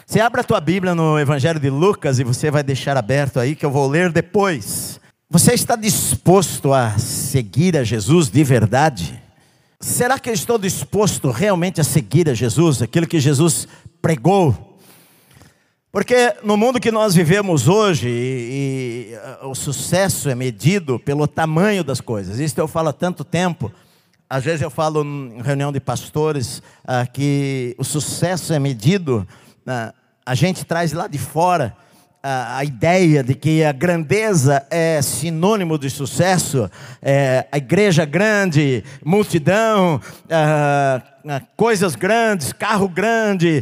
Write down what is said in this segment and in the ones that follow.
Você abre a tua Bíblia no Evangelho de Lucas e você vai deixar aberto aí que eu vou ler depois. Você está disposto a seguir a Jesus de verdade? Será que eu estou disposto realmente a seguir a Jesus, aquilo que Jesus pregou? Porque no mundo que nós vivemos hoje, o sucesso é medido pelo tamanho das coisas. Isso eu falo há tanto tempo. Às vezes eu falo em reunião de pastores que o sucesso é medido. A gente traz lá de fora a ideia de que a grandeza é sinônimo de sucesso, a igreja grande, multidão, coisas grandes, carro grande,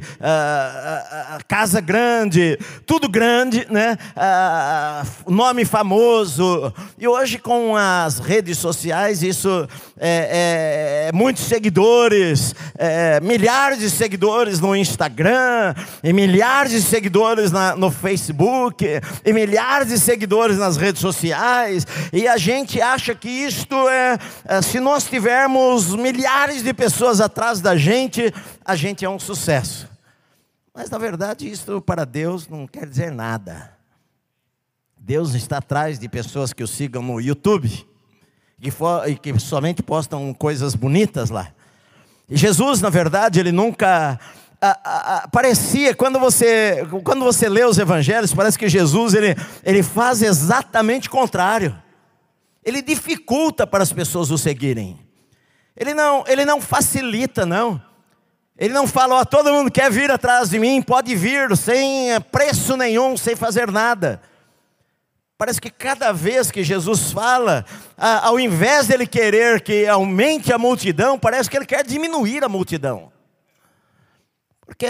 casa grande, tudo grande, né? Nome famoso. E hoje com as redes sociais isso muitos seguidores, milhares de seguidores no Instagram, e milhares de seguidores no Facebook, e milhares de seguidores nas redes sociais, e a gente acha que isto se nós tivermos milhares de pessoas atrás da gente, a gente é um sucesso. Mas na verdade isso para Deus não quer dizer nada. Deus está atrás de pessoas que o sigam no YouTube e que somente postam coisas bonitas lá. E Jesus, na verdade, ele nunca parecia, quando você lê os evangelhos, parece que Jesus ele faz exatamente o contrário. Ele dificulta para as pessoas o seguirem. Ele não facilita, não. Ele não fala, todo mundo quer vir atrás de mim, pode vir, sem preço nenhum, sem fazer nada. Parece que cada vez que Jesus fala, ao invés dele querer que aumente a multidão, parece que ele quer diminuir a multidão. Porque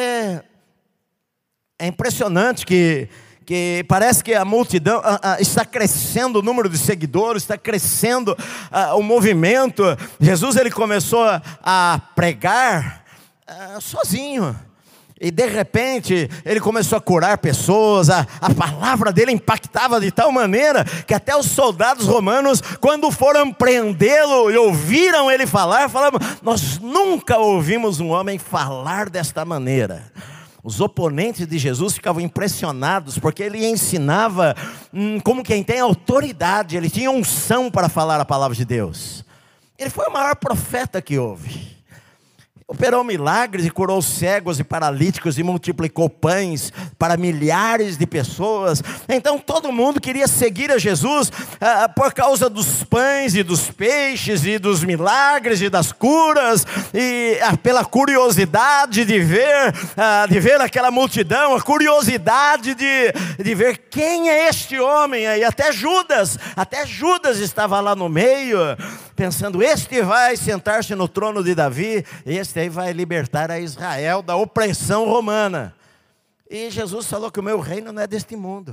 é impressionante que parece que a multidão está crescendo, o número de seguidores, está crescendo o movimento. Jesus ele começou a pregar sozinho. E de repente ele começou a curar pessoas, a palavra dele impactava de tal maneira que até os soldados romanos, quando foram prendê-lo e ouviram ele falar, falavam: nós nunca ouvimos um homem falar desta maneira. Os oponentes de Jesus ficavam impressionados, porque ele ensinava como quem tem autoridade, ele tinha unção para falar a palavra de Deus. Ele foi o maior profeta que houve. Operou milagres e curou cegos e paralíticos e multiplicou pães para milhares de pessoas. Então todo mundo queria seguir a Jesus por causa dos pães e dos peixes e dos milagres e das curas, e pela curiosidade de ver aquela multidão, a curiosidade de ver quem é este homem aí. Até Judas estava lá no meio, pensando: este vai sentar-se no trono de Davi, este aí vai libertar a Israel da opressão romana. E Jesus falou que o meu reino não é deste mundo.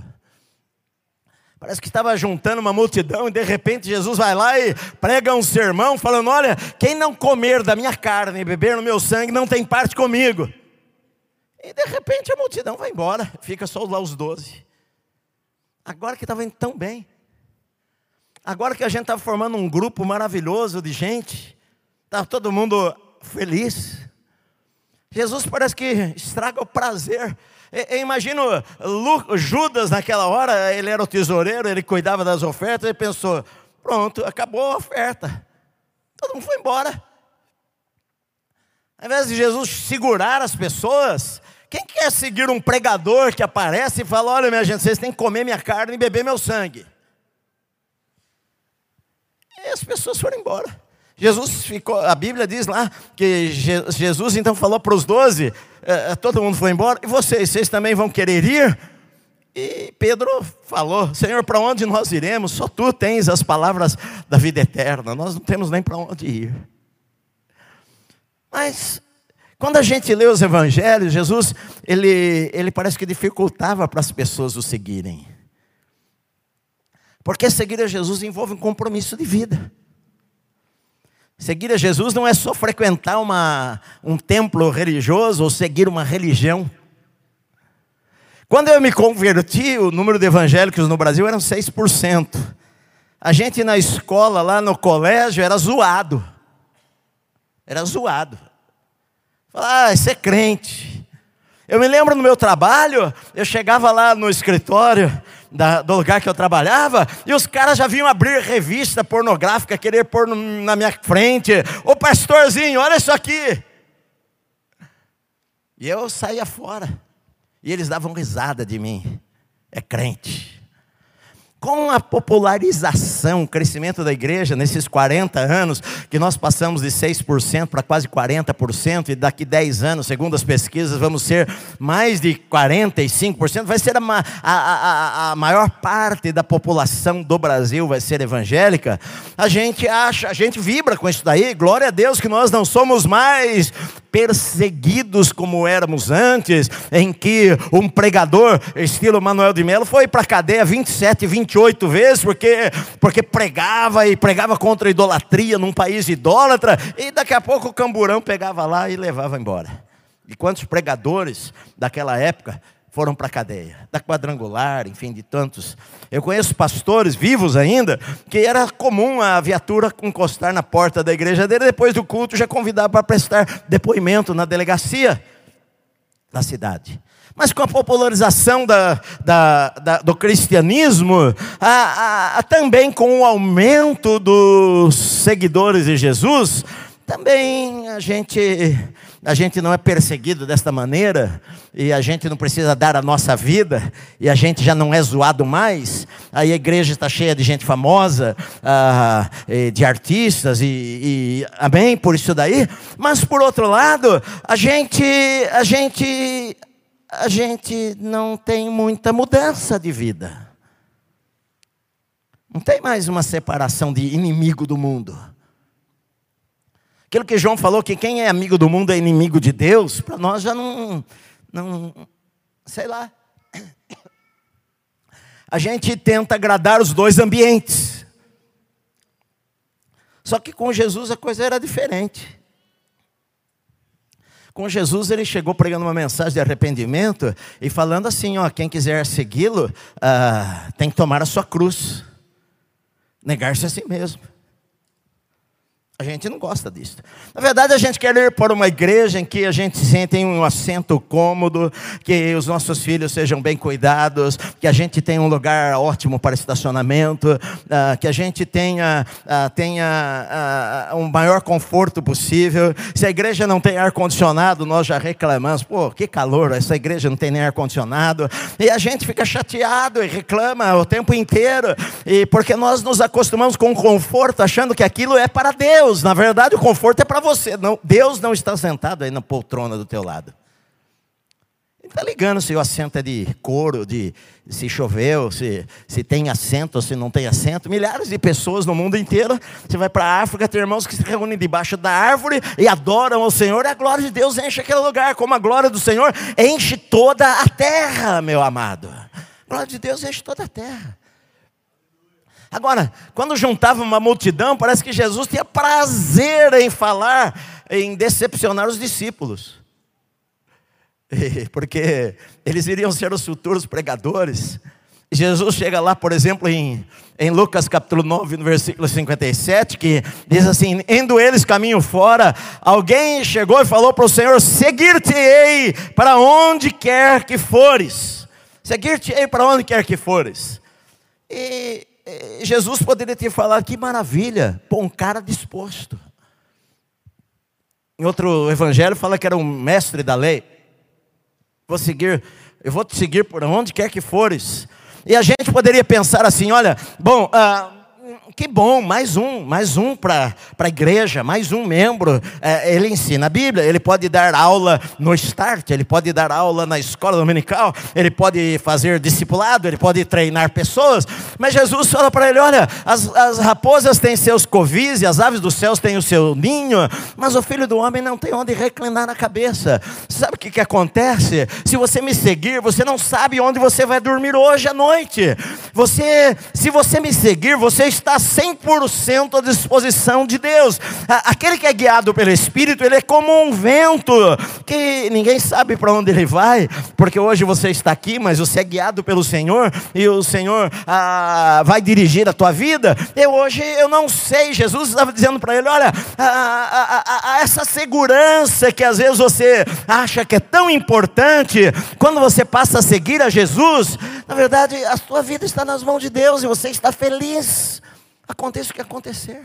Parece que estava juntando uma multidão e de repente Jesus vai lá e prega um sermão falando: olha, quem não comer da minha carne e beber no meu sangue não tem parte comigo. E de repente a multidão vai embora, fica só lá os 12. Agora que estava indo tão bem, agora que a gente estava formando um grupo maravilhoso de gente, estava todo mundo feliz, Jesus parece que estraga o prazer. Eu imagino Judas naquela hora, ele era o tesoureiro, ele cuidava das ofertas, ele pensou: pronto, acabou a oferta, todo mundo foi embora. Ao invés de Jesus segurar as pessoas, quem quer seguir um pregador que aparece e fala: olha minha gente, vocês têm que comer minha carne e beber meu sangue? E as pessoas foram embora. Jesus ficou, a Bíblia diz lá que Jesus então falou para os 12, todo mundo foi embora: e vocês também vão querer ir? E Pedro falou: Senhor, para onde nós iremos? Só tu tens as palavras da vida eterna, nós não temos nem para onde ir. Mas quando a gente lê os evangelhos, Jesus ele parece que dificultava para as pessoas o seguirem, porque seguir a Jesus envolve um compromisso de vida. Seguir a Jesus não é só frequentar um templo religioso ou seguir uma religião. Quando eu me converti, o número de evangélicos no Brasil eram 6%. A gente na escola, lá no colégio, era zoado. Era zoado. Falar: isso é crente. Eu me lembro no meu trabalho, eu chegava lá no escritório do lugar que eu trabalhava, e os caras já vinham abrir revista pornográfica, querer pôr na minha frente. Ô pastorzinho, olha isso aqui. E eu saía fora, e eles davam risada de mim. É crente. Com a popularização, o crescimento da igreja nesses 40 anos, que nós passamos de 6% para quase 40%, e daqui 10 anos, segundo as pesquisas, vamos ser mais de 45%, vai ser a maior parte da população do Brasil vai ser evangélica. A gente vibra com isso daí, glória a Deus que nós não somos mais perseguidos como éramos antes, em que um pregador, estilo Manuel de Melo, foi para a cadeia 27, 28 vezes, porque pregava contra a idolatria num país idólatra, e daqui a pouco o camburão pegava lá e levava embora. E quantos pregadores daquela época foram para a cadeia, da Quadrangular, enfim, de tantos. Eu conheço pastores vivos ainda, que era comum a viatura encostar na porta da igreja dele, depois do culto já convidava para prestar depoimento na delegacia da cidade. Mas com a popularização do cristianismo, também com o aumento dos seguidores de Jesus, também a gente não é perseguido desta maneira, e a gente não precisa dar a nossa vida, e a gente já não é zoado mais. Aí a igreja está cheia de gente famosa, de artistas, amém, por isso daí. Mas por outro lado, a gente não tem muita mudança de vida. Não tem mais uma separação de inimigo do mundo. Aquilo que João falou, que quem é amigo do mundo é inimigo de Deus, para nós já não, sei lá. A gente tenta agradar os dois ambientes. Só que com Jesus a coisa era diferente. Com Jesus ele chegou pregando uma mensagem de arrependimento e falando assim, quem quiser segui-lo, tem que tomar a sua cruz. Negar-se a si mesmo. A gente não gosta disso. Na verdade, a gente quer ir para uma igreja em que a gente se sente em um assento cômodo, que os nossos filhos sejam bem cuidados, que a gente tenha um lugar ótimo para estacionamento, que a gente tenha um maior conforto possível. Se a igreja não tem ar-condicionado, nós já reclamamos. Pô, que calor, essa igreja não tem nem ar-condicionado. E a gente fica chateado e reclama o tempo inteiro, porque nós nos acostumamos com o conforto, achando que aquilo é para Deus. Na verdade, o conforto é para você. Não, Deus não está sentado aí na poltrona do teu lado. Ele está ligando se o assento é de couro, se choveu, se tem assento ou se não tem assento. Milhares de pessoas no mundo inteiro. Você vai para a África, tem irmãos que se reúnem debaixo da árvore e adoram ao Senhor. E a glória de Deus enche aquele lugar, como a glória do Senhor enche toda a terra, meu amado. A glória de Deus enche toda a terra. Agora, quando juntava uma multidão, parece que Jesus tinha prazer em falar, em decepcionar os discípulos. Porque eles iriam ser os futuros pregadores. Jesus chega lá, por exemplo, em Lucas capítulo 9, no versículo 57, que diz assim, indo eles caminho fora, alguém chegou e falou para o Senhor, seguir-te-ei para onde quer que fores. Seguir-te-ei para onde quer que fores. E Jesus poderia ter falado, que maravilha, pô, um cara disposto. Em outro evangelho fala que era um mestre da lei. Eu vou te seguir por onde quer que fores. E a gente poderia pensar assim, olha, bom, que bom, mais um para a igreja, mais um membro. Ele ensina a Bíblia, ele pode dar aula no Start, ele pode dar aula na escola dominical, ele pode fazer discipulado, ele pode treinar pessoas. Mas Jesus fala para ele, olha, as raposas têm seus covis e as aves dos céus têm o seu ninho, mas o Filho do Homem não tem onde reclinar a cabeça. Sabe o que acontece? Se você me seguir, você não sabe onde você vai dormir hoje à noite. Se você me seguir, você está está 100% à disposição de Deus. Aquele que é guiado pelo Espírito, ele é como um vento, que ninguém sabe para onde ele vai, porque hoje você está aqui, mas você é guiado pelo Senhor, e o Senhor vai dirigir a tua vida. Hoje eu não sei, Jesus estava dizendo para ele, olha, essa segurança que às vezes você acha que é tão importante, quando você passa a seguir a Jesus, na verdade a sua vida está nas mãos de Deus, e você está feliz, aconteça o que acontecer.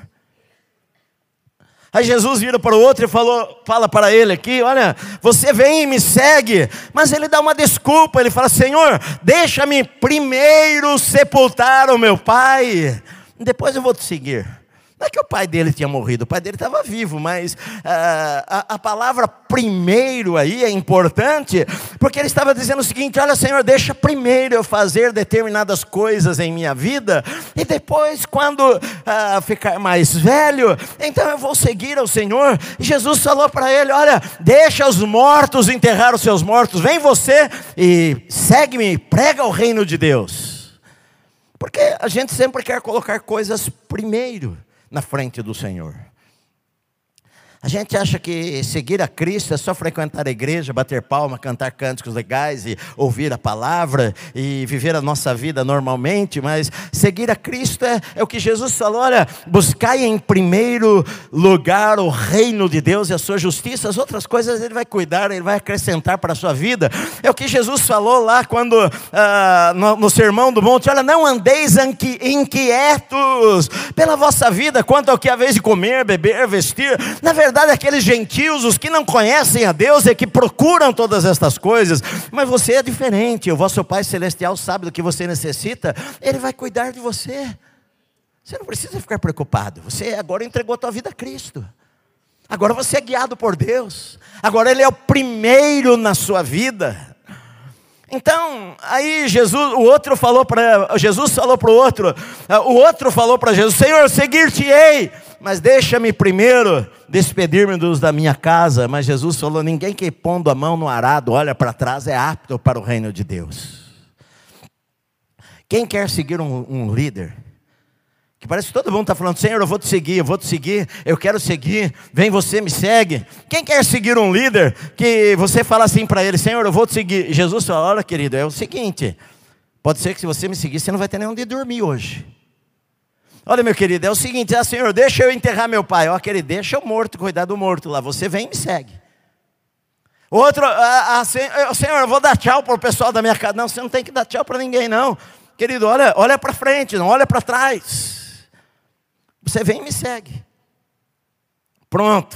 Aí Jesus vira para o outro e fala para ele aqui, olha, você vem e me segue, mas ele dá uma desculpa, ele fala, Senhor, deixa-me primeiro sepultar o meu pai, depois eu vou te seguir. Não é que o pai dele tinha morrido, o pai dele estava vivo, mas a palavra primeiro aí é importante, porque ele estava dizendo o seguinte, olha Senhor, deixa primeiro eu fazer determinadas coisas em minha vida, e depois quando ficar mais velho, então eu vou seguir ao Senhor. E Jesus falou para ele, olha, deixa os mortos enterrar os seus mortos, vem você e segue-me, prega o reino de Deus. Porque a gente sempre quer colocar coisas primeiro na frente do Senhor. A gente acha que seguir a Cristo é só frequentar a igreja, bater palma, cantar cânticos legais e ouvir a palavra e viver a nossa vida normalmente, mas seguir a Cristo é o que Jesus falou, olha, buscai em primeiro lugar o reino de Deus e a sua justiça, as outras coisas Ele vai cuidar, Ele vai acrescentar para a sua vida. É o que Jesus falou lá quando no Sermão do Monte, olha, não andeis inquietos pela vossa vida, quanto ao que haveis de comer, beber, vestir. Na verdade, aqueles gentios, os que não conhecem a Deus, é que procuram todas estas coisas, mas você é diferente, o vosso Pai Celestial sabe do que você necessita, Ele vai cuidar de você. Você não precisa ficar preocupado, você agora entregou a tua vida a Cristo, agora você é guiado por Deus, agora Ele é o primeiro na sua vida. Então, aí Jesus falou para o outro falou para Jesus, Senhor, seguir-te-ei, mas deixa-me primeiro despedir-me dos da minha casa. Mas Jesus falou, ninguém que pondo a mão no arado olha para trás é apto para o reino de Deus. Quem quer seguir um líder, que parece que todo mundo está falando, Senhor, eu vou te seguir, eu quero seguir, vem você, me segue. Quem quer seguir um líder, que você fala assim para ele, Senhor, eu vou te seguir. Jesus fala, olha querido, é o seguinte, pode ser que se você me seguir, você não vai ter nem onde dormir hoje. Olha meu querido, é o seguinte, Senhor, deixa eu enterrar meu pai. Ó querido, deixa o morto cuidar do morto lá, você vem e me segue. Outro, Senhor, eu vou dar tchau para o pessoal da minha casa. Não, você não tem que dar tchau para ninguém não. Querido, olha para frente, não olha para trás. Você vem e me segue. Pronto.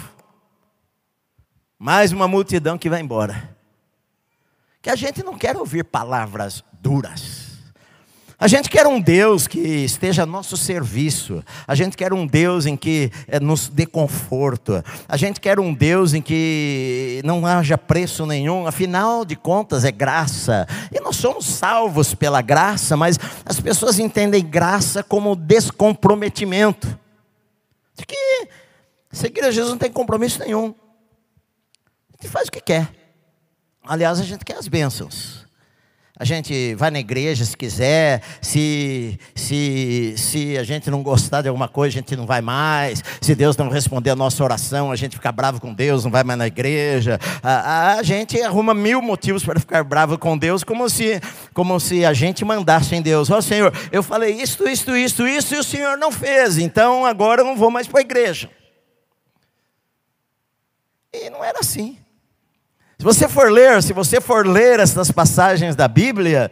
Mais uma multidão que vai embora. Que a gente não quer ouvir palavras duras. A gente quer um Deus que esteja a nosso serviço. A gente quer um Deus em que nos dê conforto. A gente quer um Deus em que não haja preço nenhum. Afinal de contas é graça. E nós somos salvos pela graça, mas as pessoas entendem graça como descomprometimento. De que seguir a Jesus não tem compromisso nenhum. A gente faz o que quer. Aliás, a gente quer as bênçãos. A gente vai na igreja se quiser, se a gente não gostar de alguma coisa, a gente não vai mais. Se Deus não responder a nossa oração, a gente fica bravo com Deus, não vai mais na igreja. A gente arruma 1000 motivos para ficar bravo com Deus, como se a gente mandasse em Deus. Ó Senhor, eu falei isso, e o Senhor não fez, então agora eu não vou mais para a igreja. E não era assim. Se você for ler essas passagens da Bíblia,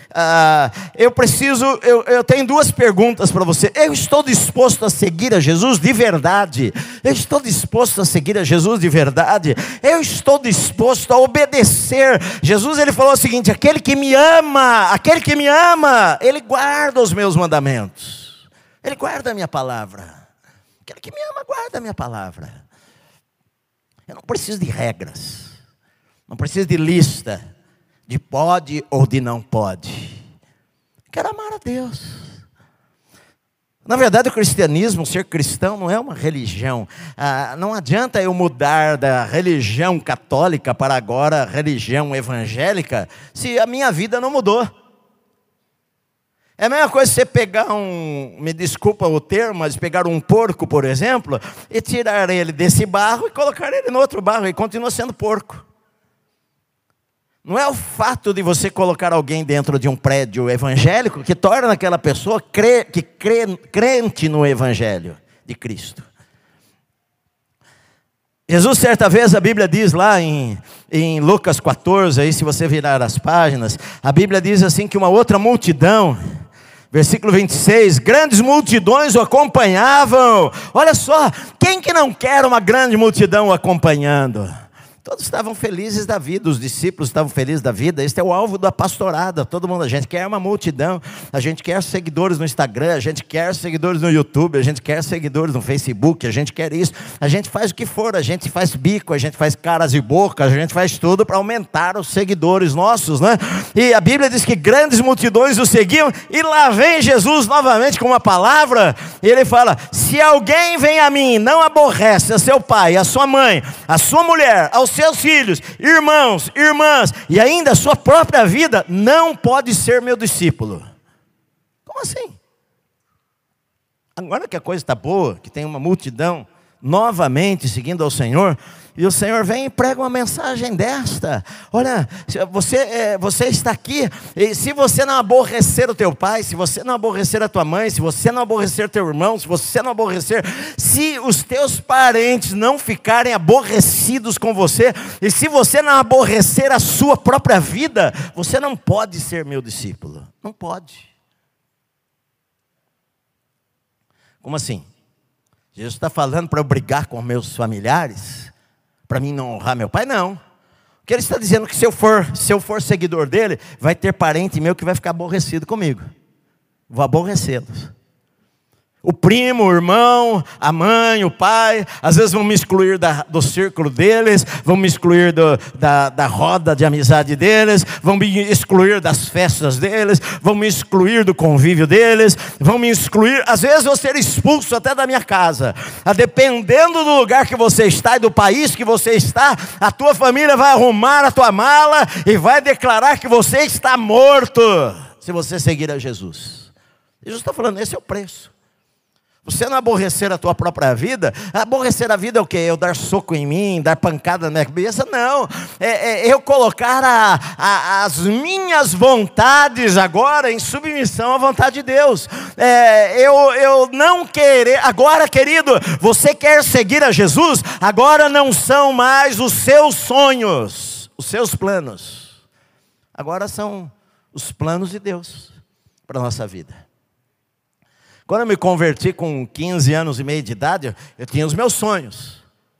eu tenho 2 perguntas para você. Eu estou disposto a seguir a Jesus de verdade? Eu estou disposto a seguir a Jesus de verdade? Eu estou disposto a obedecer? Jesus, ele falou o seguinte, aquele que me ama, ele guarda os meus mandamentos. Ele guarda a minha palavra. Aquele que me ama, guarda a minha palavra. Eu não preciso de regras. Não precisa de lista, de pode ou de não pode. Quero amar a Deus. Na verdade, o cristianismo, ser cristão, não é uma religião. Não adianta eu mudar da religião católica para agora a religião evangélica, se a minha vida não mudou. É a mesma coisa você pegar me desculpa o termo, mas pegar um porco, por exemplo, e tirar ele desse barro e colocar ele no outro barro, e continua sendo porco. Não é o fato de você colocar alguém dentro de um prédio evangélico que torna aquela pessoa crente no evangelho de Cristo. Jesus, certa vez, a Bíblia diz lá em Lucas 14, aí se você virar as páginas, a Bíblia diz assim que uma outra multidão, versículo 26, grandes multidões o acompanhavam. Olha só, quem que não quer uma grande multidão o acompanhando? Todos estavam felizes da vida, os discípulos estavam felizes da vida. Este é o alvo da pastorada. Todo mundo, a gente quer uma multidão, a gente quer seguidores no Instagram, a gente quer seguidores no YouTube, a gente quer seguidores no Facebook, a gente quer isso. A gente faz o que for, a gente faz bico, a gente faz caras e bocas, a gente faz tudo para aumentar os seguidores nossos, né? E a Bíblia diz que grandes multidões o seguiam, e lá vem Jesus novamente com uma palavra, e ele fala: se alguém vem a mim e não aborrece a seu pai, a sua mãe, a sua mulher, aos seus filhos, irmãos, irmãs, e ainda a sua própria vida, não pode ser meu discípulo. Como assim? Agora que a coisa está boa, que tem uma multidão novamente seguindo ao Senhor, e o Senhor vem e prega uma mensagem desta: olha, você está aqui, e se você não aborrecer o teu pai, se você não aborrecer a tua mãe, se você não aborrecer teu irmão, se você não aborrecer, se os teus parentes não ficarem aborrecidos com você, e se você não aborrecer a sua própria vida, você não pode ser meu discípulo. Não pode. Como assim? Jesus está falando para eu brigar com meus familiares? Para mim não honrar meu pai? Não. O que ele está dizendo é que se eu for seguidor dele, vai ter parente meu que vai ficar aborrecido comigo. Vou aborrecê-los. O primo, o irmão, a mãe, o pai, às vezes vão me excluir do círculo deles, vão me excluir da roda de amizade deles, vão me excluir das festas deles, vão me excluir do convívio deles, vão me excluir, às vezes vou ser expulso até da minha casa. Dependendo do lugar que você está e do país que você está, a tua família vai arrumar a tua mala e vai declarar que você está morto, se você seguir a Jesus. Jesus está falando, esse é o preço. Você não aborrecer a tua própria vida. Aborrecer a vida é o quê? Eu dar soco em mim, dar pancada na minha cabeça? Não, eu colocar as minhas vontades agora em submissão à vontade de Deus. Eu não querer, agora querido, você quer seguir a Jesus? Agora não são mais os seus sonhos, os seus planos. Agora são os planos de Deus para a nossa vida. Quando eu me converti com 15 anos e meio de idade, eu tinha os meus sonhos.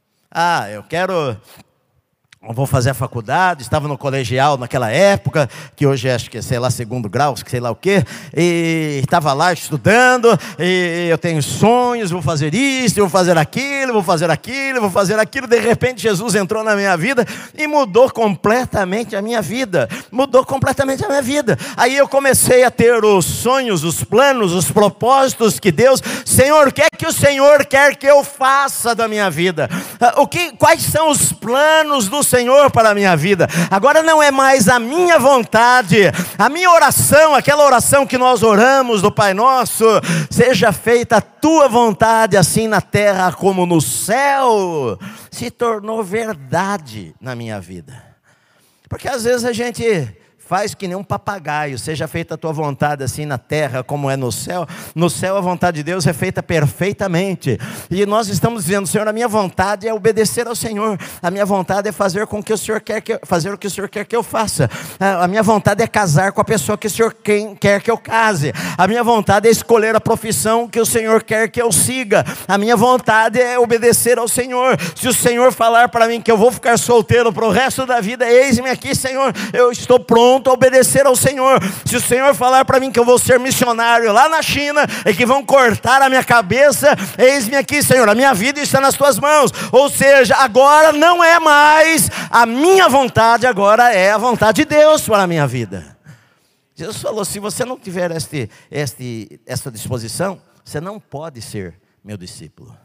Eu vou fazer a faculdade, estava no colegial naquela época, que hoje acho que é, sei lá, segundo grau, sei lá o quê, e estava lá estudando, e eu tenho sonhos, vou fazer isso, vou fazer aquilo, vou fazer aquilo, vou fazer aquilo. De repente Jesus entrou na minha vida e mudou completamente a minha vida, Aí eu comecei a ter os sonhos, os planos, os propósitos que Deus, Senhor, o que é que o Senhor quer que eu faça da minha vida? Quais são os planos do Senhor para a minha vida? Agora não é mais a minha vontade, a minha oração, aquela oração que nós oramos do Pai Nosso: seja feita a tua vontade, assim na terra como no céu, se tornou verdade na minha vida. Porque às vezes a gente faz que nem um papagaio: seja feita a tua vontade assim na terra como é no céu. No céu a vontade de Deus é feita perfeitamente. E nós estamos dizendo: Senhor, a minha vontade é obedecer ao Senhor. A minha vontade é fazer com que o Senhor fazer o que o Senhor quer que eu faça. A minha vontade é casar com a pessoa que o Senhor quer que eu case. A minha vontade é escolher a profissão que o Senhor quer que eu siga. A minha vontade é obedecer ao Senhor. Se o Senhor falar para mim que eu vou ficar solteiro para o resto da vida, eis-me aqui, Senhor, eu estou pronto a obedecer ao Senhor. Se o Senhor falar para mim que eu vou ser missionário lá na China e que vão cortar a minha cabeça, eis-me aqui, Senhor, a minha vida está nas tuas mãos. Ou seja, agora não é mais a minha vontade, agora é a vontade de Deus para a minha vida. Jesus falou: se você não tiver essa disposição, você não pode ser meu discípulo.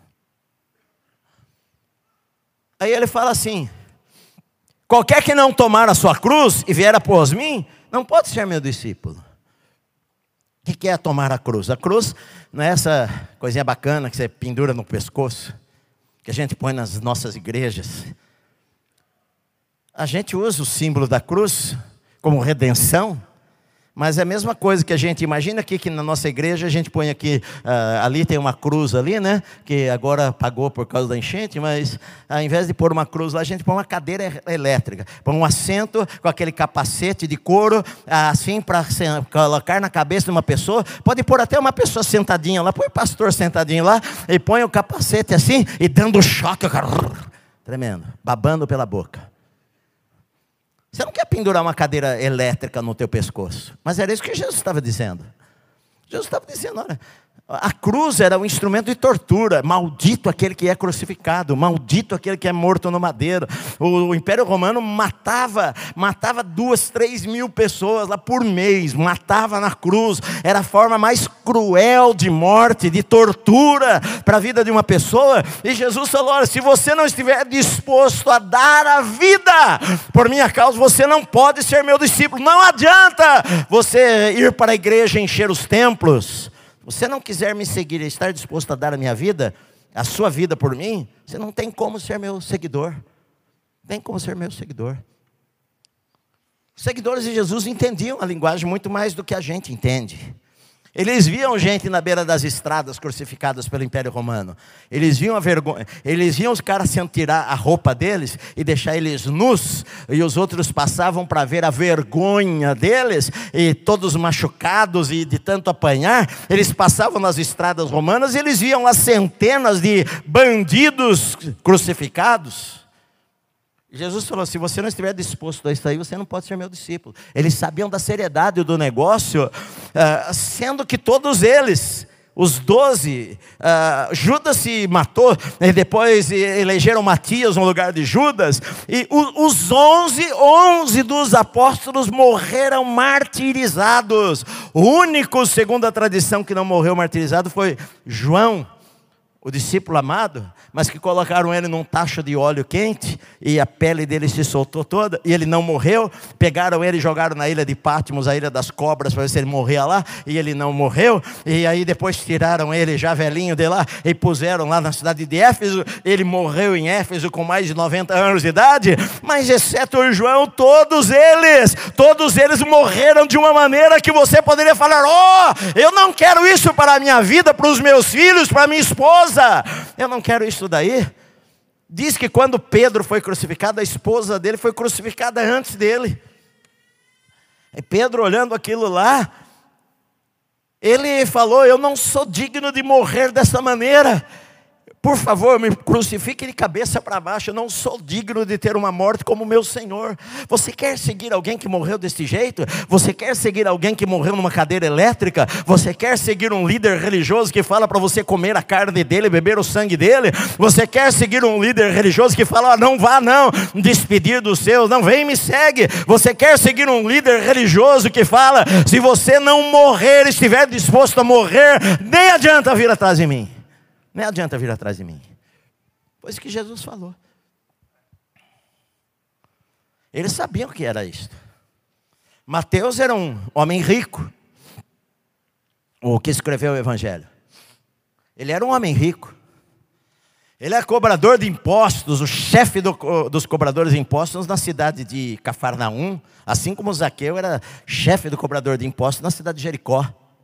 Aí ele fala assim: qualquer que não tomar a sua cruz e vier após mim, não pode ser meu discípulo. O que é tomar a cruz? A cruz não é essa coisinha bacana que você pendura no pescoço, que a gente põe nas nossas igrejas. A gente usa o símbolo da cruz como redenção, mas é a mesma coisa que a gente imagina aqui, que na nossa igreja a gente põe aqui, ali tem uma cruz ali, né? Que agora apagou por causa da enchente, mas ao invés de pôr uma cruz lá, a gente põe uma cadeira elétrica, põe um assento com aquele capacete de couro, assim para colocar na cabeça de uma pessoa. Pode pôr até uma pessoa sentadinha lá, põe o pastor sentadinho lá, e põe o capacete assim, e dando choque, tremendo, babando pela boca. Você não quer pendurar uma cadeira elétrica no teu pescoço. Mas era isso que Jesus estava dizendo. Jesus estava dizendo, olha, a cruz era um instrumento de tortura. Maldito aquele que é crucificado. Maldito aquele que é morto no madeiro. O Império Romano matava 2, 3 mil pessoas lá por mês. Matava na cruz. Era a forma mais cruel de morte, de tortura para a vida de uma pessoa. E Jesus falou, olha, se você não estiver disposto a dar a vida por minha causa, você não pode ser meu discípulo. Não adianta você ir para a igreja encher os templos. Você não quiser me seguir e estar disposto a dar a minha vida, a sua vida por mim, você não tem como ser meu seguidor. Tem como ser meu seguidor. Os seguidores de Jesus entendiam a linguagem muito mais do que a gente entende. Eles viam gente na beira das estradas crucificadas pelo Império Romano. Eles viam a vergonha, eles viam os caras se tirar a roupa deles e deixar eles nus, e os outros passavam para ver a vergonha deles, e todos machucados e de tanto apanhar. Eles passavam nas estradas romanas e eles viam lá centenas de bandidos crucificados. Jesus falou, se você não estiver disposto a isso aí, você não pode ser meu discípulo. Eles sabiam da seriedade do negócio, sendo que todos eles, os 12, Judas se matou, e depois elegeram Matias no lugar de Judas, e os 11 dos apóstolos morreram martirizados. O único, segundo a tradição, que não morreu martirizado foi João, o discípulo amado, mas que colocaram ele num tacho de óleo quente, e a pele dele se soltou toda, e ele não morreu. Pegaram ele e jogaram na ilha de Patmos, a ilha das cobras, para ver se ele morria lá, e ele não morreu. E aí depois tiraram ele, já velhinho de lá, e puseram lá na cidade de Éfeso. Ele morreu em Éfeso com mais de 90 anos de idade, mas exceto o João, todos eles morreram de uma maneira que você poderia falar, eu não quero isso para a minha vida, para os meus filhos, para a minha esposa. Eu não quero isso daí. Diz que quando Pedro foi crucificado, a esposa dele foi crucificada antes dele. E Pedro, olhando aquilo lá, ele falou, eu não sou digno de morrer dessa maneira. Por favor, me crucifique de cabeça para baixo. Eu não sou digno de ter uma morte como meu Senhor. Você quer seguir alguém que morreu desse jeito? Você quer seguir alguém que morreu numa cadeira elétrica? Você quer seguir um líder religioso que fala para você comer a carne dele, beber o sangue dele? Você quer seguir um líder religioso que fala, não vá não, despedir dos seus, não, vem e me segue? Você quer seguir um líder religioso que fala, se você não morrer, estiver disposto a morrer, nem adianta vir atrás de mim. Nem adianta vir atrás de mim. Foi isso que Jesus falou. Eles sabiam o que era isso. Mateus era um homem rico, o que escreveu o Evangelho. Ele era um homem rico. Ele era cobrador de impostos, o chefe dos cobradores de impostos na cidade de Cafarnaum, assim como Zaqueu era chefe do cobrador de impostos na cidade de Jericó.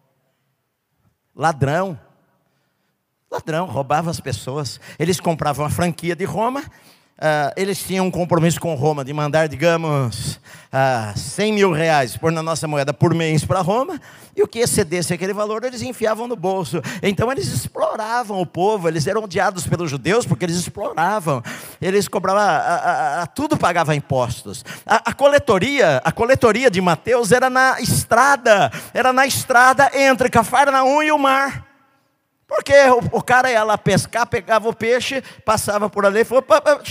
Ladrão, roubava as pessoas. Eles compravam a franquia de Roma. Eles tinham um compromisso com Roma de mandar, digamos, 100 mil reais, por na nossa moeda, por mês para Roma. E o que excedesse aquele valor, eles enfiavam no bolso. Então eles exploravam o povo. Eles eram odiados pelos judeus porque eles exploravam. Eles cobravam, tudo pagava impostos. A coletoria de Mateus era na estrada. Era na estrada entre Cafarnaum e o mar. Porque o cara ia lá pescar, pegava o peixe, passava por ali e falou,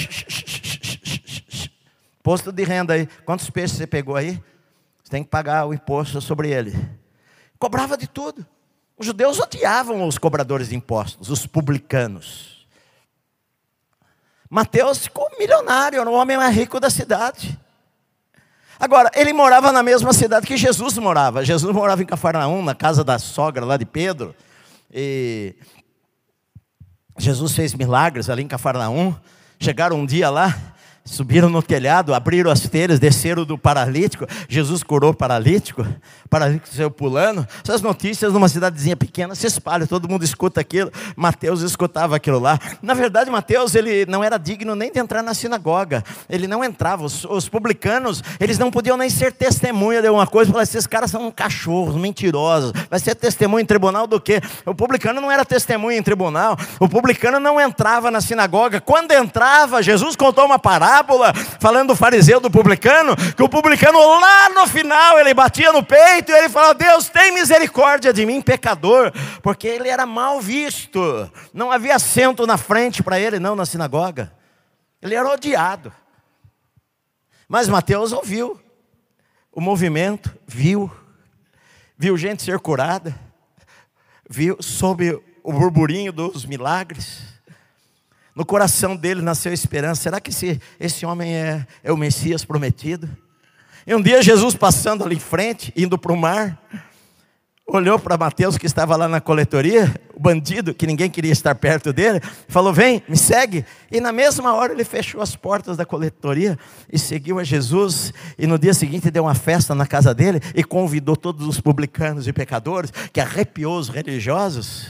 imposto de renda aí. Quantos peixes você pegou aí? Você tem que pagar o imposto sobre ele. Cobrava de tudo. Os judeus odiavam os cobradores de impostos, os publicanos. Mateus ficou milionário, era o homem mais rico da cidade. Agora, ele morava na mesma cidade que Jesus morava. Jesus morava em Cafarnaum, na casa da sogra lá de Pedro. E Jesus fez milagres ali em Cafarnaum. Chegaram um dia lá, subiram no telhado, abriram as telhas, desceram do paralítico. Jesus curou o paralítico saiu pulando. Essas notícias numa cidadezinha pequena se espalham, todo mundo escuta aquilo. Mateus escutava aquilo lá. Na verdade, Mateus, ele não era digno nem de entrar na sinagoga. Ele não entrava. Os publicanos, eles não podiam nem ser testemunha de alguma coisa. Falaram, esses caras são cachorros, mentirosos. Vai ser testemunha em tribunal do quê? O publicano não era testemunha em tribunal. O publicano não entrava na sinagoga. Quando entrava, Jesus contou uma parábola, falando do fariseu, do publicano, que o publicano lá no final, ele batia no peito e ele falava, Deus, tem misericórdia de mim, pecador, porque ele era mal visto, não havia assento na frente para ele, não, na sinagoga, ele era odiado. Mas Mateus ouviu o movimento, viu gente ser curada, soube o burburinho dos milagres. No coração dele nasceu esperança. Será que esse homem é o Messias prometido? E um dia Jesus passando ali em frente, indo para o mar, olhou para Mateus que estava lá na coletoria, o bandido, que ninguém queria estar perto dele, falou, vem, me segue. E na mesma hora ele fechou as portas da coletoria e seguiu a Jesus. E no dia seguinte deu uma festa na casa dele e convidou todos os publicanos e pecadores, que arrepiou os religiosos.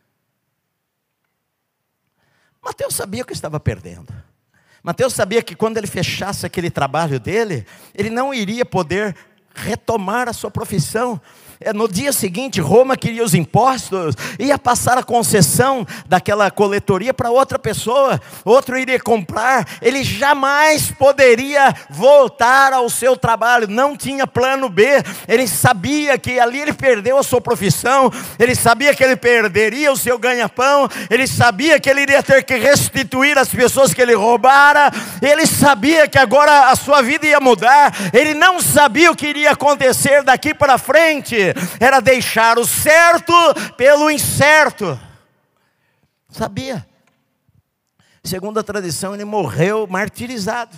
Mateus sabia o que estava perdendo. Mateus sabia que quando ele fechasse aquele trabalho dele, ele não iria poder retomar a sua profissão. No dia seguinte, Roma queria os impostos, ia passar a concessão daquela coletoria para outra pessoa, outro iria comprar, ele jamais poderia voltar ao seu trabalho, não tinha plano B, ele sabia que ali ele perdeu a sua profissão, ele sabia que ele perderia o seu ganha-pão, ele sabia que ele iria ter que restituir as pessoas que ele roubara, ele sabia que agora a sua vida ia mudar, ele não sabia o que iria acontecer daqui para frente. Era deixar o certo pelo incerto. Sabia? Segundo a tradição, ele morreu martirizado.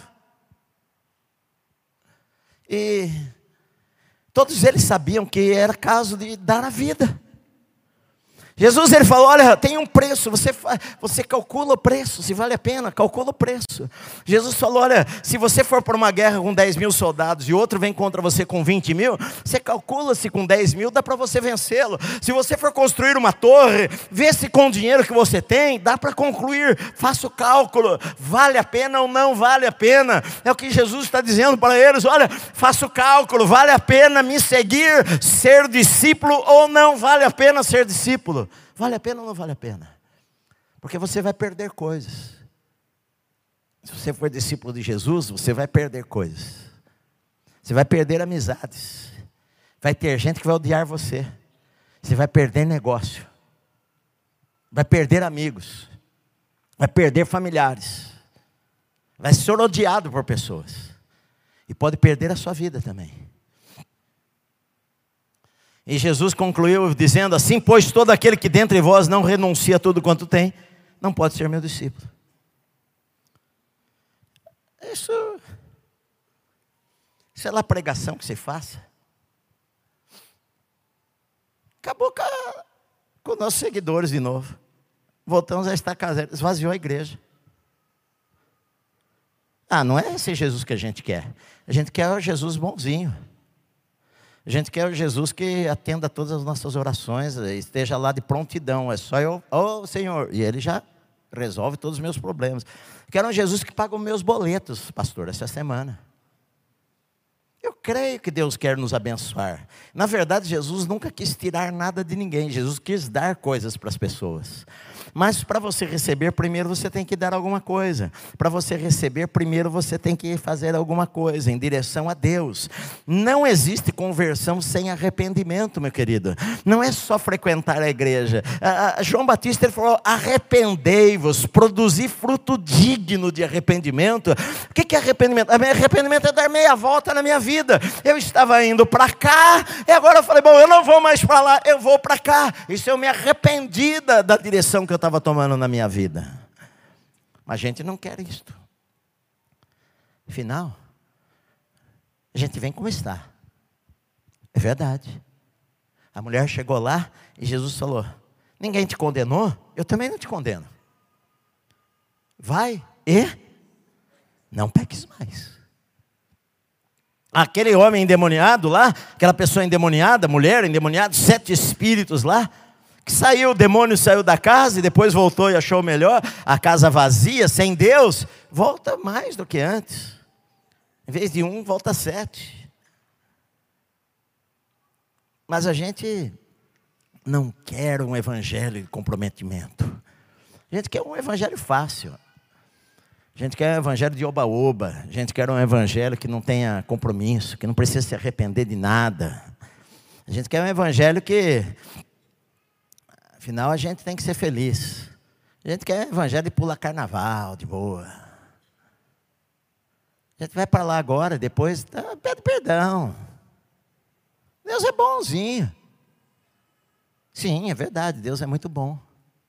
E todos eles sabiam que era caso de dar a vida. Jesus, ele falou, olha, tem um preço, você calcula o preço, se vale a pena, calcula o preço. Jesus falou, olha, se você for para uma guerra com 10 mil soldados e outro vem contra você com 20 mil, você calcula se com 10 mil dá para você vencê-lo. Se você for construir uma torre, vê se com o dinheiro que você tem, dá para concluir, faça o cálculo, vale a pena ou não vale a pena. É o que Jesus está dizendo para eles, olha, faça o cálculo, vale a pena me seguir, ser discípulo ou não vale a pena ser discípulo. Vale a pena ou não vale a pena? Porque você vai perder coisas. Se você for discípulo de Jesus, você vai perder coisas. Você vai perder amizades. Vai ter gente que vai odiar você. Você vai perder negócio. Vai perder amigos. Vai perder familiares. Vai ser odiado por pessoas. E pode perder a sua vida também. E Jesus concluiu dizendo assim, pois todo aquele que dentre vós não renuncia a tudo quanto tem, não pode ser meu discípulo. Isso é lá a pregação que você faça. Acabou com os nossos seguidores de novo. Voltamos a estar casados, esvaziou a igreja. Não é esse Jesus que a gente quer. A gente quer o Jesus bonzinho. A gente quer o Jesus que atenda todas as nossas orações, esteja lá de prontidão. É só eu, Senhor, e Ele já resolve todos os meus problemas. Quero um Jesus que paga os meus boletos, pastor, essa semana. Eu creio que Deus quer nos abençoar. Na verdade, Jesus nunca quis tirar nada de ninguém. Jesus quis dar coisas para as pessoas. Mas para você receber, primeiro você tem que dar alguma coisa. Para você receber, primeiro você tem que fazer alguma coisa em direção a Deus. Não existe conversão sem arrependimento, meu querido. Não é só frequentar a igreja. João Batista ele falou, arrependei-vos, produzi fruto digno de arrependimento. O que é arrependimento? Arrependimento é dar meia volta na minha vida. Eu estava indo para cá, e agora eu falei, bom, eu não vou mais para lá, eu vou para cá. Isso eu me arrependi da direção que eu estava tomando na minha vida. Mas a gente não quer isto. Afinal, A gente vem como está. É verdade. A mulher chegou lá e Jesus falou: ninguém te condenou? Eu também não te condeno. Vai e não peques mais. Aquele homem endemoniado lá, aquela pessoa endemoniada, mulher endemoniada, 7 espíritos lá, que saiu, o demônio saiu da casa e depois voltou e achou melhor, a casa vazia, sem Deus, volta mais do que antes. Em vez de 1, volta 7. Mas a gente não quer um evangelho de comprometimento. A gente quer um evangelho fácil. A gente quer um evangelho de oba-oba. A gente quer um evangelho que não tenha compromisso, que não precisa se arrepender de nada. A gente quer um evangelho que, afinal, a gente tem que ser feliz. A gente quer um evangelho de pular carnaval, de boa. A gente vai para lá agora, depois pede perdão. Deus é bonzinho. Sim, é verdade, Deus é muito bom.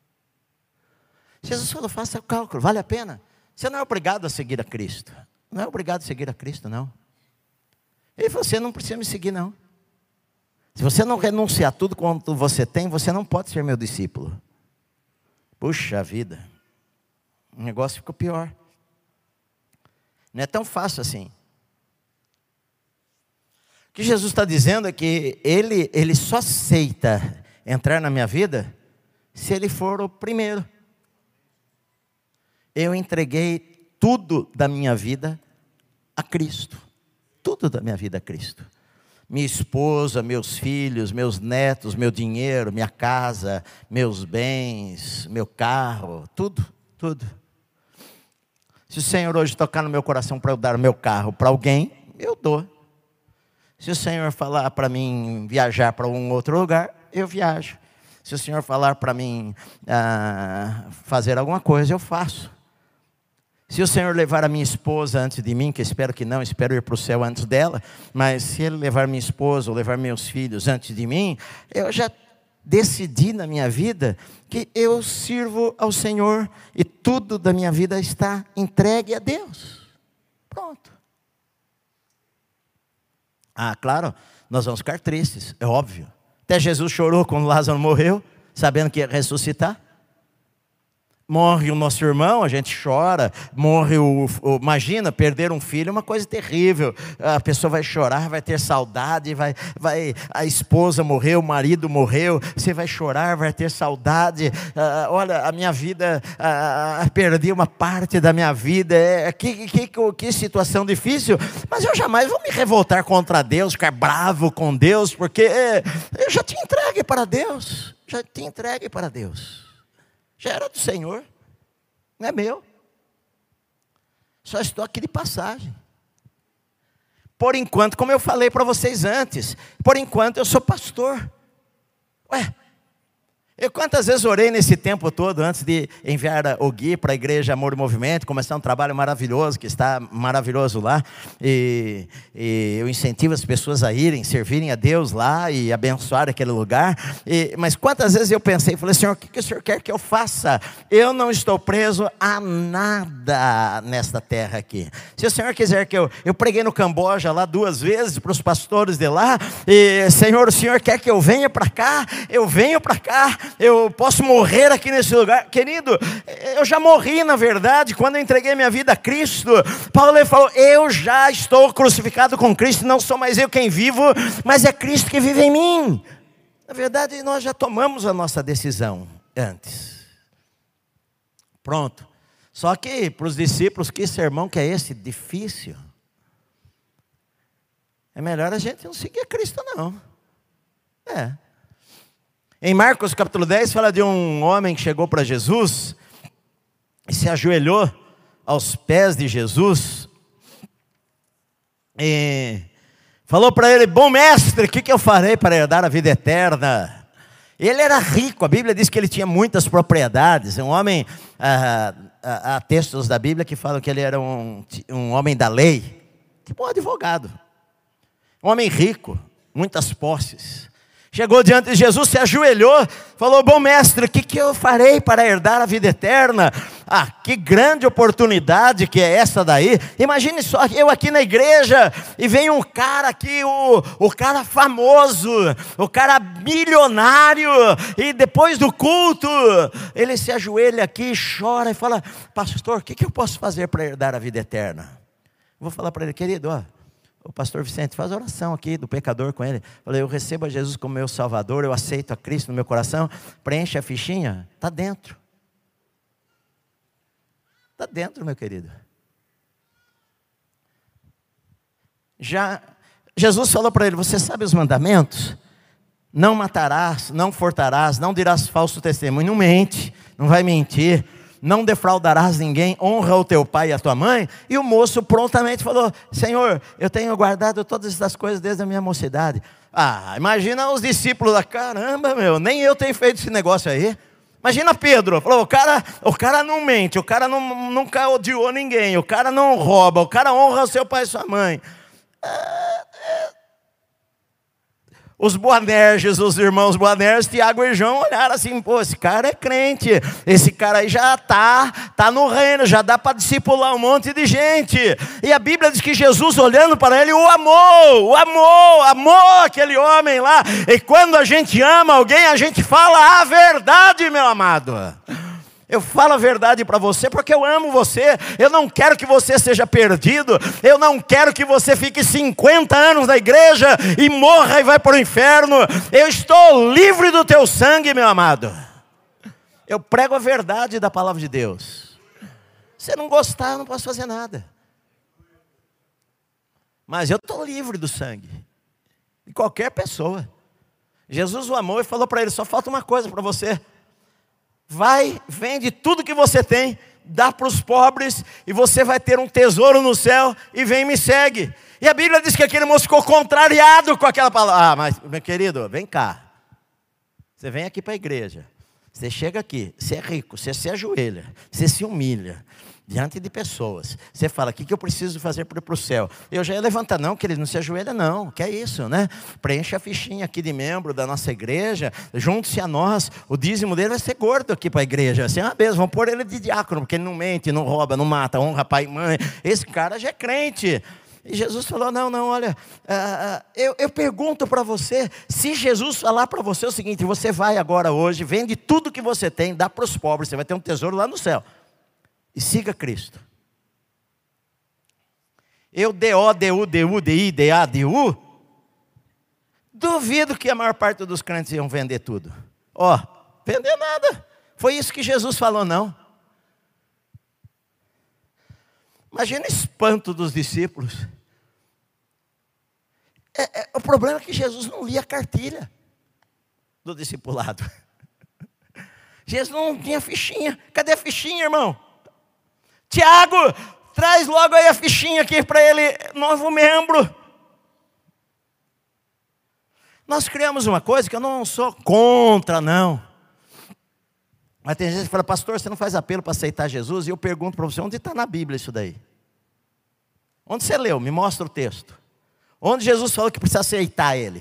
Jesus falou: faça o cálculo, vale a pena? Você não é obrigado a seguir a Cristo. Não é obrigado a seguir a Cristo, não. E você não precisa me seguir, não. Se você não renunciar a tudo quanto você tem, você não pode ser meu discípulo. Puxa vida, o negócio ficou pior. Não é tão fácil assim. O que Jesus está dizendo é que Ele só aceita entrar na minha vida se Ele for o primeiro. Eu entreguei tudo da minha vida a Cristo. Tudo da minha vida a Cristo. Minha esposa, meus filhos, meus netos, meu dinheiro, minha casa, meus bens, meu carro, tudo, tudo. Se o Senhor hoje tocar no meu coração para eu dar o meu carro para alguém, eu dou. Se o Senhor falar para mim viajar para um outro lugar, eu viajo. Se o Senhor falar para mim fazer alguma coisa, eu faço. Se o Senhor levar a minha esposa antes de mim, que espero que não, espero ir para o céu antes dela, mas se Ele levar minha esposa ou levar meus filhos antes de mim, eu já decidi na minha vida que eu sirvo ao Senhor e tudo da minha vida está entregue a Deus. Pronto. Claro, nós vamos ficar tristes, é óbvio. Até Jesus chorou quando Lázaro morreu, sabendo que ia ressuscitar. Morre o nosso irmão, a gente chora. Morre imagina, perder um filho é uma coisa terrível. A pessoa vai chorar, vai ter saudade, a esposa morreu, o marido morreu, você vai chorar, vai ter saudade. Olha, a minha vida, perdi uma parte da minha vida. Que situação difícil. Mas eu jamais vou me revoltar contra Deus, ficar bravo com Deus, porque eu já te entregue para Deus. Já te entregue para Deus. Já era do Senhor, não é meu. Só estou aqui de passagem. Por enquanto, como eu falei para vocês antes, por enquanto eu sou pastor. Eu quantas vezes orei nesse tempo todo antes de enviar o Gui para a Igreja Amor e Movimento, começar um trabalho maravilhoso, que está maravilhoso lá, e eu incentivo as pessoas a irem, servirem a Deus lá e abençoar aquele lugar, mas quantas vezes eu pensei, falei: Senhor, o que o Senhor quer que eu faça? Eu não estou preso a nada nesta terra aqui. Se o Senhor quiser que eu preguei no Camboja lá 2 vezes para os pastores de lá, e Senhor, o Senhor quer que eu venha para cá? Eu venho para cá. Eu posso morrer aqui nesse lugar. Querido, eu já morri na verdade quando eu entreguei minha vida a Cristo. Paulo falou: eu já estou crucificado com Cristo, não sou mais eu quem vivo, mas é Cristo que vive em mim. Na verdade, nós já tomamos a nossa decisão antes. Pronto. Só que para os discípulos, que sermão que é esse? Difícil. É melhor a gente não seguir a Cristo, não. Em Marcos capítulo 10 fala de um homem que chegou para Jesus e se ajoelhou aos pés de Jesus e falou para ele: bom mestre, o que eu farei para herdar a vida eterna? Ele era rico, a Bíblia diz que ele tinha muitas propriedades. Um homem, há textos da Bíblia que falam que ele era um homem da lei, tipo um advogado. Um homem rico, muitas posses. Chegou diante de Jesus, se ajoelhou, falou: bom mestre, o que eu farei para herdar a vida eterna? Ah, que grande oportunidade que é essa daí. Imagine só eu aqui na igreja e vem um cara aqui, o cara famoso, o cara milionário, e depois do culto ele se ajoelha aqui, chora e fala: pastor, o que eu posso fazer para herdar a vida eterna? Vou falar para ele: querido, ó, o pastor Vicente, faz oração aqui do pecador com ele. Falei: eu recebo a Jesus como meu Salvador, eu aceito a Cristo no meu coração. Preenche a fichinha, está dentro. Está dentro, meu querido. Já Jesus falou para ele: você sabe os mandamentos? Não matarás, não furtarás, não dirás falso testemunho, não mente, não vai mentir, não defraudarás ninguém, honra o teu pai e a tua mãe. E o moço prontamente falou: Senhor, eu tenho guardado todas essas coisas desde a minha mocidade. Ah, imagina os discípulos lá: caramba, meu, nem eu tenho feito esse negócio aí. Imagina Pedro, falou: o cara não mente, o cara nunca odiou ninguém, o cara não rouba, o cara honra o seu pai e sua mãe. Os Boanerges, os irmãos Boanerges, Tiago e João olharam assim: pô, esse cara é crente, esse cara aí já tá no reino, já dá para discipular um monte de gente. E a Bíblia diz que Jesus, olhando para ele, amou aquele homem lá. E quando a gente ama alguém, a gente fala a verdade, meu amado. Eu falo a verdade para você porque eu amo você. Eu não quero que você seja perdido. Eu não quero que você fique 50 anos na igreja e morra e vai para o inferno. Eu estou livre do teu sangue, meu amado. Eu prego a verdade da palavra de Deus. Se não gostar, eu não posso fazer nada. Mas eu estou livre do sangue de qualquer pessoa. Jesus o amou e falou para ele: só falta uma coisa para você. Vai, vende tudo que você tem, dá para os pobres, e você vai ter um tesouro no céu, e vem e me segue. E a Bíblia diz que aquele moço ficou contrariado com aquela palavra. Ah, mas meu querido, vem cá. Você vem aqui para a igreja, você chega aqui, você é rico, você se ajoelha, você se humilha diante de pessoas. Você fala: o que eu preciso fazer para ir para o céu? Eu já ia levantar: não, querido, não se ajoelha não, que é isso, né? Preenche a fichinha aqui de membro da nossa igreja, junte-se a nós, o dízimo dele vai ser gordo aqui para a igreja, assim, mesmo, vamos pôr ele de diácono, porque ele não mente, não rouba, não mata, honra pai e mãe, esse cara já é crente. E Jesus falou: não, olha, eu pergunto para você, se Jesus falar para você o seguinte: você vai agora hoje, vende tudo que você tem, dá para os pobres, você vai ter um tesouro lá no céu, e siga Cristo. Eu D-O-D-U-D-U-D-I-D-A-D-U, duvido que a maior parte dos crentes iam vender tudo. Vender nada. Foi isso que Jesus falou, não. Imagina o espanto dos discípulos. O problema é que Jesus não lia a cartilha do discipulado. Jesus não tinha fichinha. Cadê a fichinha, irmão? Tiago, traz logo aí a fichinha aqui para ele, novo membro. Nós criamos uma coisa que eu não sou contra, não. Mas tem gente que fala: pastor, você não faz apelo para aceitar Jesus? E eu pergunto para você: onde está na Bíblia isso daí? Onde você leu? Me mostra o texto. Onde Jesus falou que precisa aceitar Ele?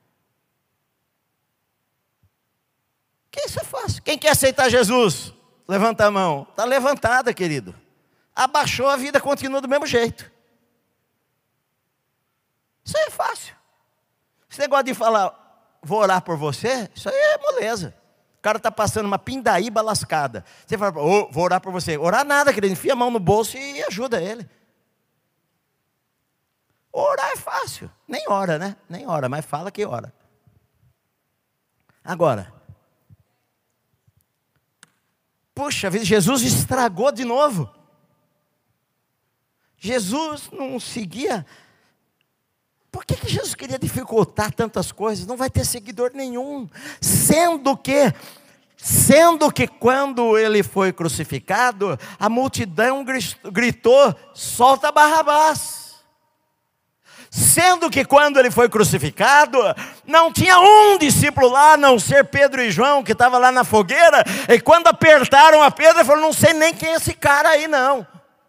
Que isso é fácil. Quem quer aceitar Jesus? Levanta a mão. Está levantada, querido. Abaixou, a vida continua do mesmo jeito. Isso aí é fácil. Esse negócio de falar: vou orar por você, isso aí é moleza. O cara está passando uma pindaíba lascada. Você fala: vou orar por você. Orar nada, querido. Enfia a mão no bolso e ajuda ele. Orar é fácil. Nem ora, né? Nem ora, mas fala que ora. Agora, puxa vida, Jesus estragou de novo. Jesus não seguia. Por que Jesus queria dificultar tantas coisas? Não vai ter seguidor nenhum. Sendo que quando ele foi crucificado, a multidão gritou: solta Barrabás. Sendo que quando ele foi crucificado, não tinha um discípulo lá, a não ser Pedro e João, que estava lá na fogueira. E quando apertaram a Pedro, ele falou: não sei nem quem é esse cara aí não.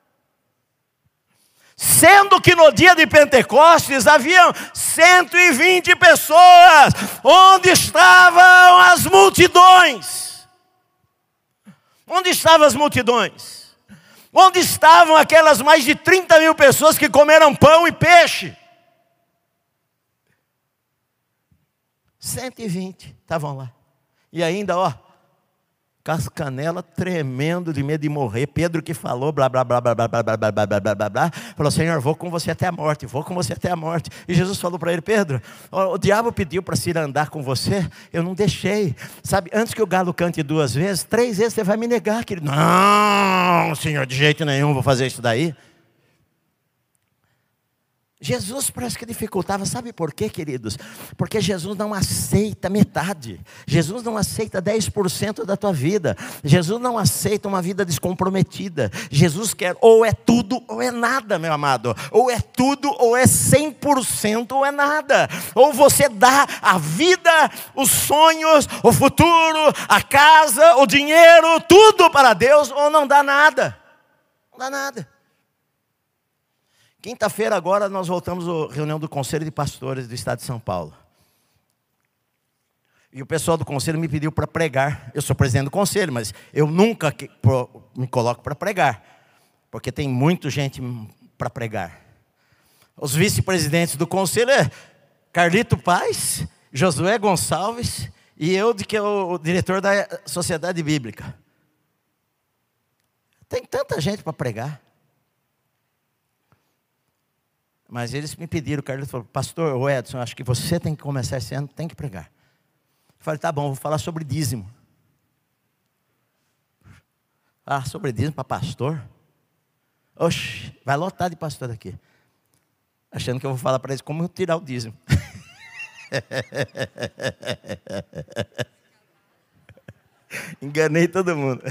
Sendo que no dia de Pentecostes haviam 120 pessoas. Onde estavam as multidões? Onde estavam as multidões? Onde estavam aquelas mais de 30 mil pessoas que comeram pão e peixe? 120 estavam lá. E ainda, com as canelas tremendo de medo de morrer. Pedro que falou, blá, blá, blá, blá, blá, blá, blá, blá, blá, blá, blá, blá, falou, Senhor, vou com você até a morte, vou com você até a morte. E Jesus falou para ele, Pedro, o diabo pediu para se ir andar com você, eu não deixei. Sabe, antes que o galo cante 2 vezes, 3 vezes você vai me negar, querido. Não, Senhor, de jeito nenhum vou fazer isso daí. Jesus parece que dificultava, sabe por quê, queridos? Porque Jesus não aceita metade. Jesus não aceita 10% da tua vida. Jesus não aceita uma vida descomprometida. Jesus quer ou é tudo ou é nada, meu amado. Ou é tudo ou é 100% ou é nada. Ou você dá a vida, os sonhos, o futuro, a casa, o dinheiro, tudo para Deus, ou não dá nada. Não dá nada. Quinta-feira agora nós voltamos à reunião do Conselho de Pastores do Estado de São Paulo. E o pessoal do Conselho me pediu para pregar. Eu sou presidente do Conselho, mas eu nunca me coloco para pregar. Porque tem muita gente para pregar. Os vice-presidentes do Conselho é Carlito Paz, Josué Gonçalves e eu, que é o diretor da Sociedade Bíblica. Tem tanta gente para pregar. Mas eles me pediram, o Carlos falou, pastor Edson, acho que você tem que começar esse ano, tem que pregar. Eu falei, tá bom, vou falar sobre dízimo. Ah, sobre dízimo para pastor? Oxe, vai lotar de pastor aqui. Achando que eu vou falar para eles como tirar o dízimo. Enganei todo mundo.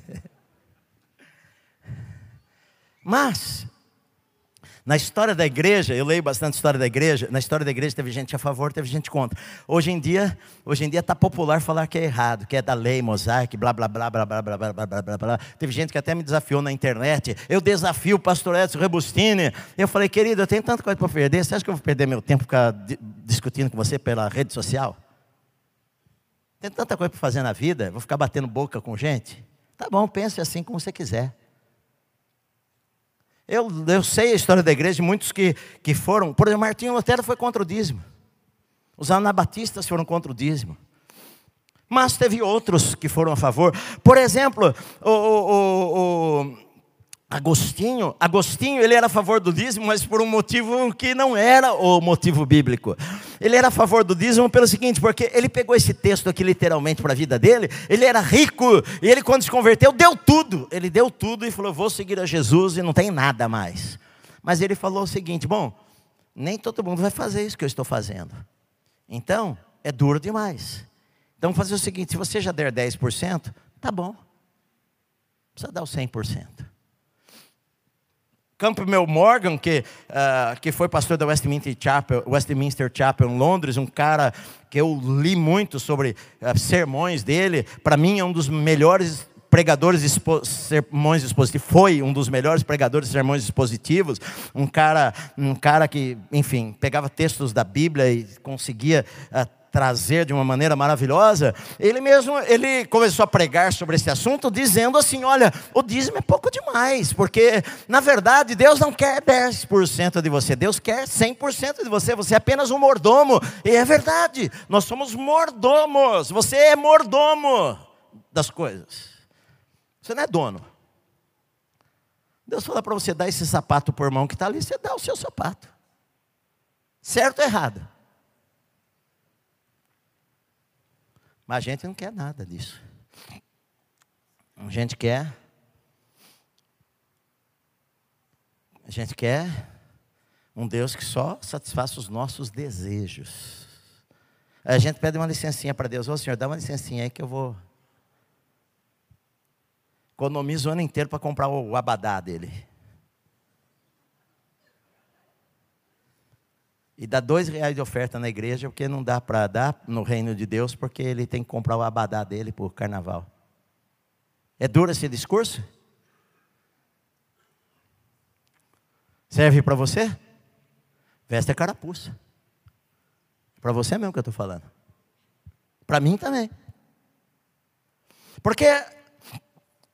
Mas na história da igreja, eu leio bastante história da igreja, na história da igreja teve gente a favor, teve gente contra. Hoje em dia está popular falar que é errado, que é da lei mosaica, blá, blá, blá, blá, blá, blá, blá, blá, blá, blá. Teve gente que até me desafiou na internet, eu desafio o pastor Edson Rebustini. Eu falei, querido, eu tenho tanta coisa para perder, você acha que eu vou perder meu tempo ficar discutindo com você pela rede social? Tem tanta coisa para fazer na vida, vou ficar batendo boca com gente? Tá bom, pense assim como você quiser. Eu sei a história da igreja de muitos que foram, por exemplo, Martinho Lutero foi contra o dízimo. Os anabatistas foram contra o dízimo. Mas teve outros que foram a favor. Por exemplo, Agostinho, ele era a favor do dízimo, mas por um motivo que não era o motivo bíblico. Ele era a favor do dízimo pelo seguinte, porque ele pegou esse texto aqui literalmente para a vida dele, ele era rico, e ele quando se converteu, deu tudo. Ele deu tudo e falou, vou seguir a Jesus e não tem nada mais. Mas ele falou o seguinte, bom, nem todo mundo vai fazer isso que eu estou fazendo. Então, é duro demais. Então, vamos fazer o seguinte, se você já der 10%, tá bom. Não precisa dar o 100%. Campbell Morgan, que foi pastor da Westminster Chapel em Londres, um cara que eu li muito sobre sermões dele, para mim é um dos melhores pregadores de sermões expositivos, foi um dos melhores pregadores de sermões expositivos, um cara que, enfim, pegava textos da Bíblia e conseguia trazer de uma maneira maravilhosa. Ele começou a pregar sobre esse assunto, dizendo assim, olha, o dízimo é pouco demais, porque, na verdade, Deus não quer 10% de você, Deus quer 100% de você, você é apenas um mordomo, e é verdade, nós somos mordomos, você é mordomo das coisas, você não é dono. Deus fala para você dar esse sapato por mão que está ali, você dá o seu sapato, certo ou errado? Mas a gente não quer nada disso. A gente quer um Deus que só satisfaça os nossos desejos. A gente pede uma licencinha para Deus. Ô Senhor, dá uma licencinha aí que eu vou. Economizo o ano inteiro para comprar o abadá dele. E dá R$2 de oferta na igreja, porque não dá para dar no reino de Deus, porque ele tem que comprar o abadá dele para o carnaval. É duro esse discurso? Serve para você? Veste a carapuça. Para você mesmo que eu estou falando. Para mim também. Porque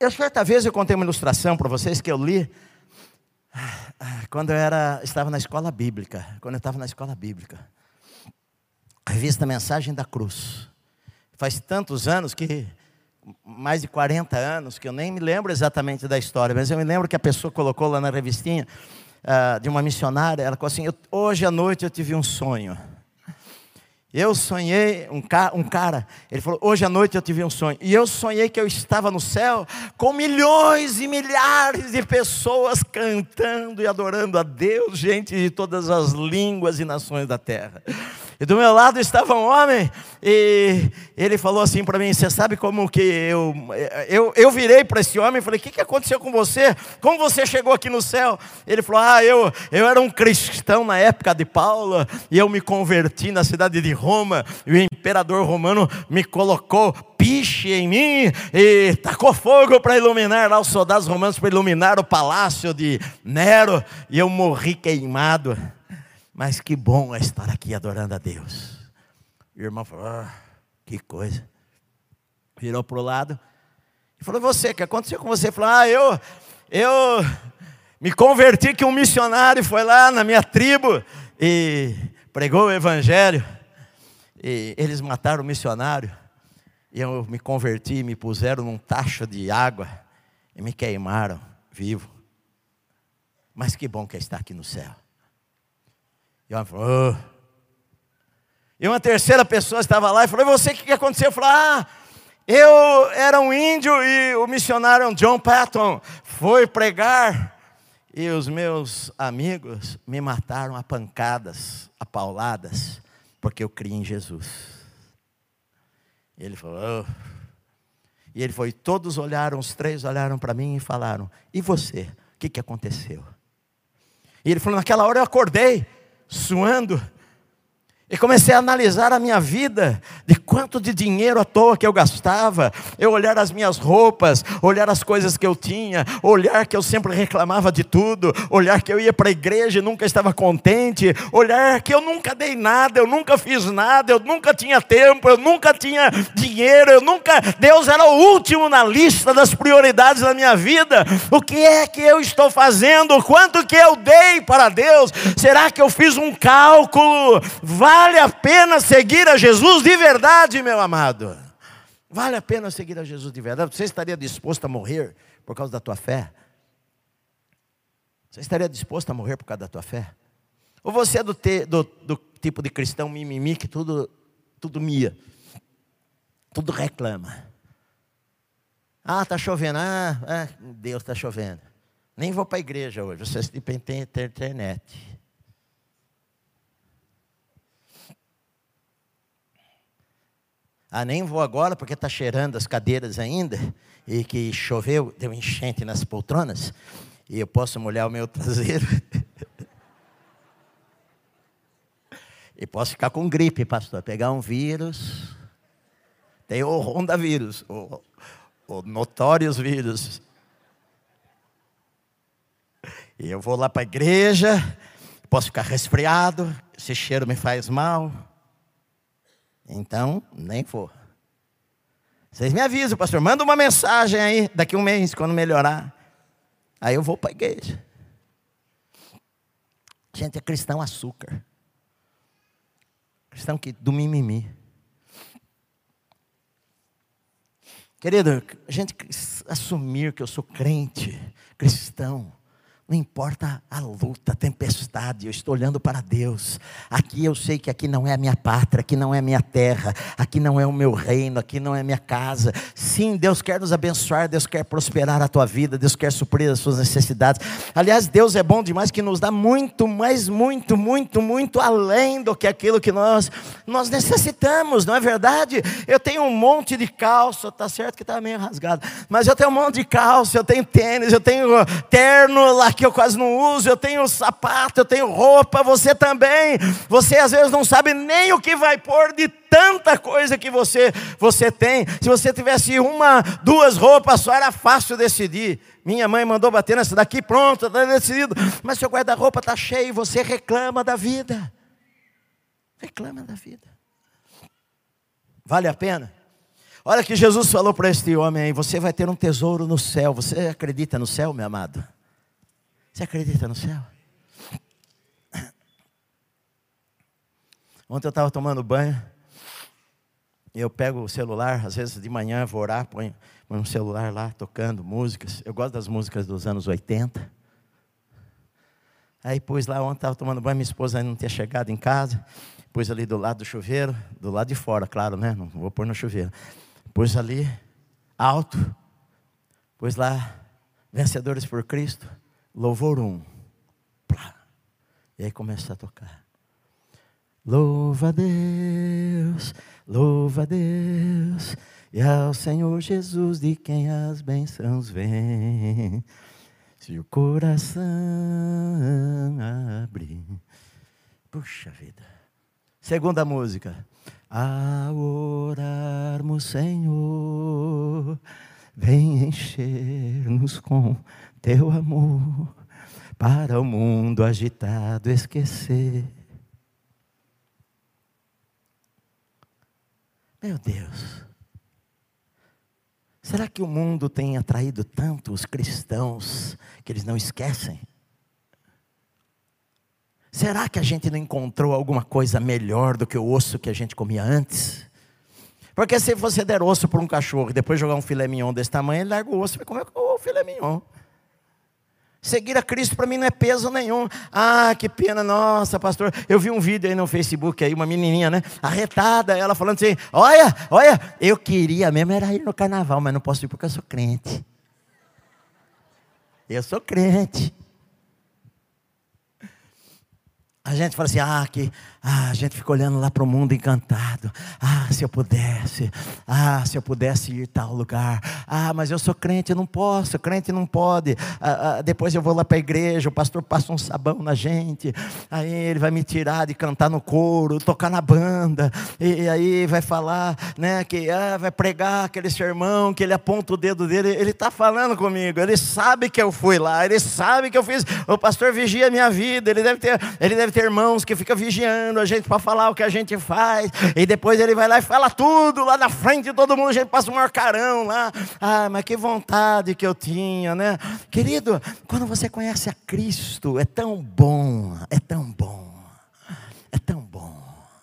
Certa vez eu contei uma ilustração para vocês que eu li quando eu estava na escola bíblica. Quando eu estava na escola bíblica. A revista Mensagem da Cruz. Faz tantos anos mais de 40 anos, que eu nem me lembro exatamente da história, mas eu me lembro que a pessoa colocou lá na revistinha de uma missionária, ela falou assim: hoje à noite eu tive um sonho. Eu sonhei, um cara, ele falou: hoje à noite eu tive um sonho, e eu sonhei que eu estava no céu, com milhões e milhares de pessoas cantando e adorando a Deus, gente de todas as línguas e nações da terra. E do meu lado estava um homem, e ele falou assim para mim: você sabe como que eu virei para esse homem e falei: o que aconteceu com você? Como você chegou aqui no céu? Ele falou: eu era um cristão na época de Paulo, e eu me converti na cidade de Roma, e o imperador romano me colocou piche em mim, e tacou fogo para iluminar lá os soldados romanos, para iluminar o palácio de Nero, e eu morri queimado. Mas que bom é estar aqui adorando a Deus. E o irmão falou: que coisa. Virou para o lado e falou: você, o que aconteceu com você? Ele falou: eu me converti, que um missionário foi lá na minha tribo e pregou o evangelho, e eles mataram o missionário, e eu me converti, me puseram num tacho de água e me queimaram vivo. Mas que bom que é estar aqui no céu. E ela falou: E uma terceira pessoa estava lá e falou: e você, o que aconteceu? Eu falei: eu era um índio, e o missionário John Patton foi pregar, e os meus amigos me mataram a pancadas, a pauladas, porque eu criei em Jesus. E ele falou: E ele foi, todos olharam, os três olharam para mim e falaram: e você, o que aconteceu? E ele falou: naquela hora eu acordei, suando, e comecei a analisar a minha vida, de quanto de dinheiro à toa que eu gastava. Eu olhar as minhas roupas, olhar as coisas que eu tinha, olhar que eu sempre reclamava de tudo, olhar que eu ia para a igreja e nunca estava contente, olhar que eu nunca dei nada, eu nunca fiz nada, eu nunca tinha tempo, eu nunca tinha dinheiro, Deus era o último na lista das prioridades da minha vida. O que é que eu estou fazendo? Quanto que eu dei para Deus? Será que eu fiz um cálculo? Vale a pena seguir a Jesus de verdade, meu amado? Vale a pena seguir a Jesus de verdade? Você estaria disposto a morrer por causa da tua fé? Você estaria disposto a morrer por causa da tua fé? Ou você é do tipo de cristão mimimi, que tudo mia, tudo reclama? Está chovendo, Deus está chovendo, nem vou para a igreja hoje, vocês têm internet. Nem vou agora porque está cheirando as cadeiras ainda, e que choveu, deu enchente nas poltronas, e eu posso molhar o meu traseiro. E posso ficar com gripe, pastor, pegar um vírus. Tem o rondavírus, o notórios vírus. E eu vou lá para a igreja, posso ficar resfriado, esse cheiro me faz mal. Então, nem vou. Vocês me avisam, pastor, manda uma mensagem aí, daqui a um mês, quando melhorar. Aí eu vou para a igreja. Gente, é cristão açúcar. Cristão do mimimi. Querido, a gente assumir que eu sou crente, cristão. Não importa a luta, a tempestade, eu estou olhando para Deus. Aqui eu sei que aqui não é a minha pátria, aqui não é a minha terra, aqui não é o meu reino, aqui não é a minha casa. Sim, Deus quer nos abençoar, Deus quer prosperar a tua vida, Deus quer suprir as suas necessidades. Aliás, Deus é bom demais, que nos dá muito, mas muito, muito, muito além do que aquilo que nós necessitamos, não é verdade? Eu tenho um monte de calça, está certo que está meio rasgado, mas eu tenho um monte de calça, eu tenho tênis, eu tenho terno lá que eu quase não uso, eu tenho sapato, eu tenho roupa, você também. Você às vezes não sabe nem o que vai pôr de tanta coisa que você tem. Se você tivesse uma, duas roupas só, era fácil decidir. Minha mãe mandou bater nessa daqui, pronto, está decidido. Mas seu guarda-roupa está cheio e você reclama da vida. Reclama da vida. Vale a pena? Olha que Jesus falou para este homem aí: você vai ter um tesouro no céu. Você acredita no céu, meu amado? Você acredita no céu? Ontem eu estava tomando banho, e eu pego o celular, às vezes de manhã vou orar, ponho um celular lá, tocando músicas. Eu gosto das músicas dos anos 80. Aí pus lá, ontem estava tomando banho, minha esposa ainda não tinha chegado em casa. Pus ali do lado do chuveiro, do lado de fora, claro, né? Não vou pôr no chuveiro. Pus ali, alto, pus lá, Vencedores por Cristo, Louvor 1. Plá. E aí começa a tocar. Louva a Deus, e ao Senhor Jesus, de quem as bênçãos vêm. Se o coração abrir. Puxa vida. Segunda música. Ao orarmos, Senhor, vem encher-nos com teu amor, para o mundo agitado esquecer. Meu Deus. Será que o mundo tem atraído tanto os cristãos que eles não esquecem? Será que a gente não encontrou alguma coisa melhor do que o osso que a gente comia antes? Porque se você der osso para um cachorro e depois jogar um filé mignon desse tamanho, ele larga o osso e vai comer o filé mignon. Seguir a Cristo para mim não é peso nenhum. Ah, que pena, nossa, pastor. Eu vi um vídeo aí no Facebook, aí, uma menininha, né, arretada, ela falando assim: olha, eu queria mesmo era ir no carnaval, mas não posso ir porque eu sou crente. Eu sou crente. A gente fala assim: a gente fica olhando lá para o mundo encantado. Se eu pudesse ir a tal lugar. Mas eu sou crente, eu não posso, crente não pode. Depois eu vou lá para a igreja, o pastor passa um sabão na gente. Aí ele vai me tirar de cantar no coro, tocar na banda. E aí vai falar, né, que vai pregar aquele sermão, que ele aponta o dedo dele. Ele está falando comigo, ele sabe que eu fui lá, ele sabe que eu fiz. O pastor vigia a minha vida, ele deve ter irmãos que ficam vigiando a gente para falar o que a gente faz, e depois ele vai lá e fala tudo lá na frente de todo mundo, a gente passa um marcarão lá. Mas que vontade que eu tinha, né? Querido, quando você conhece a Cristo, é tão bom, é tão bom, é tão bom.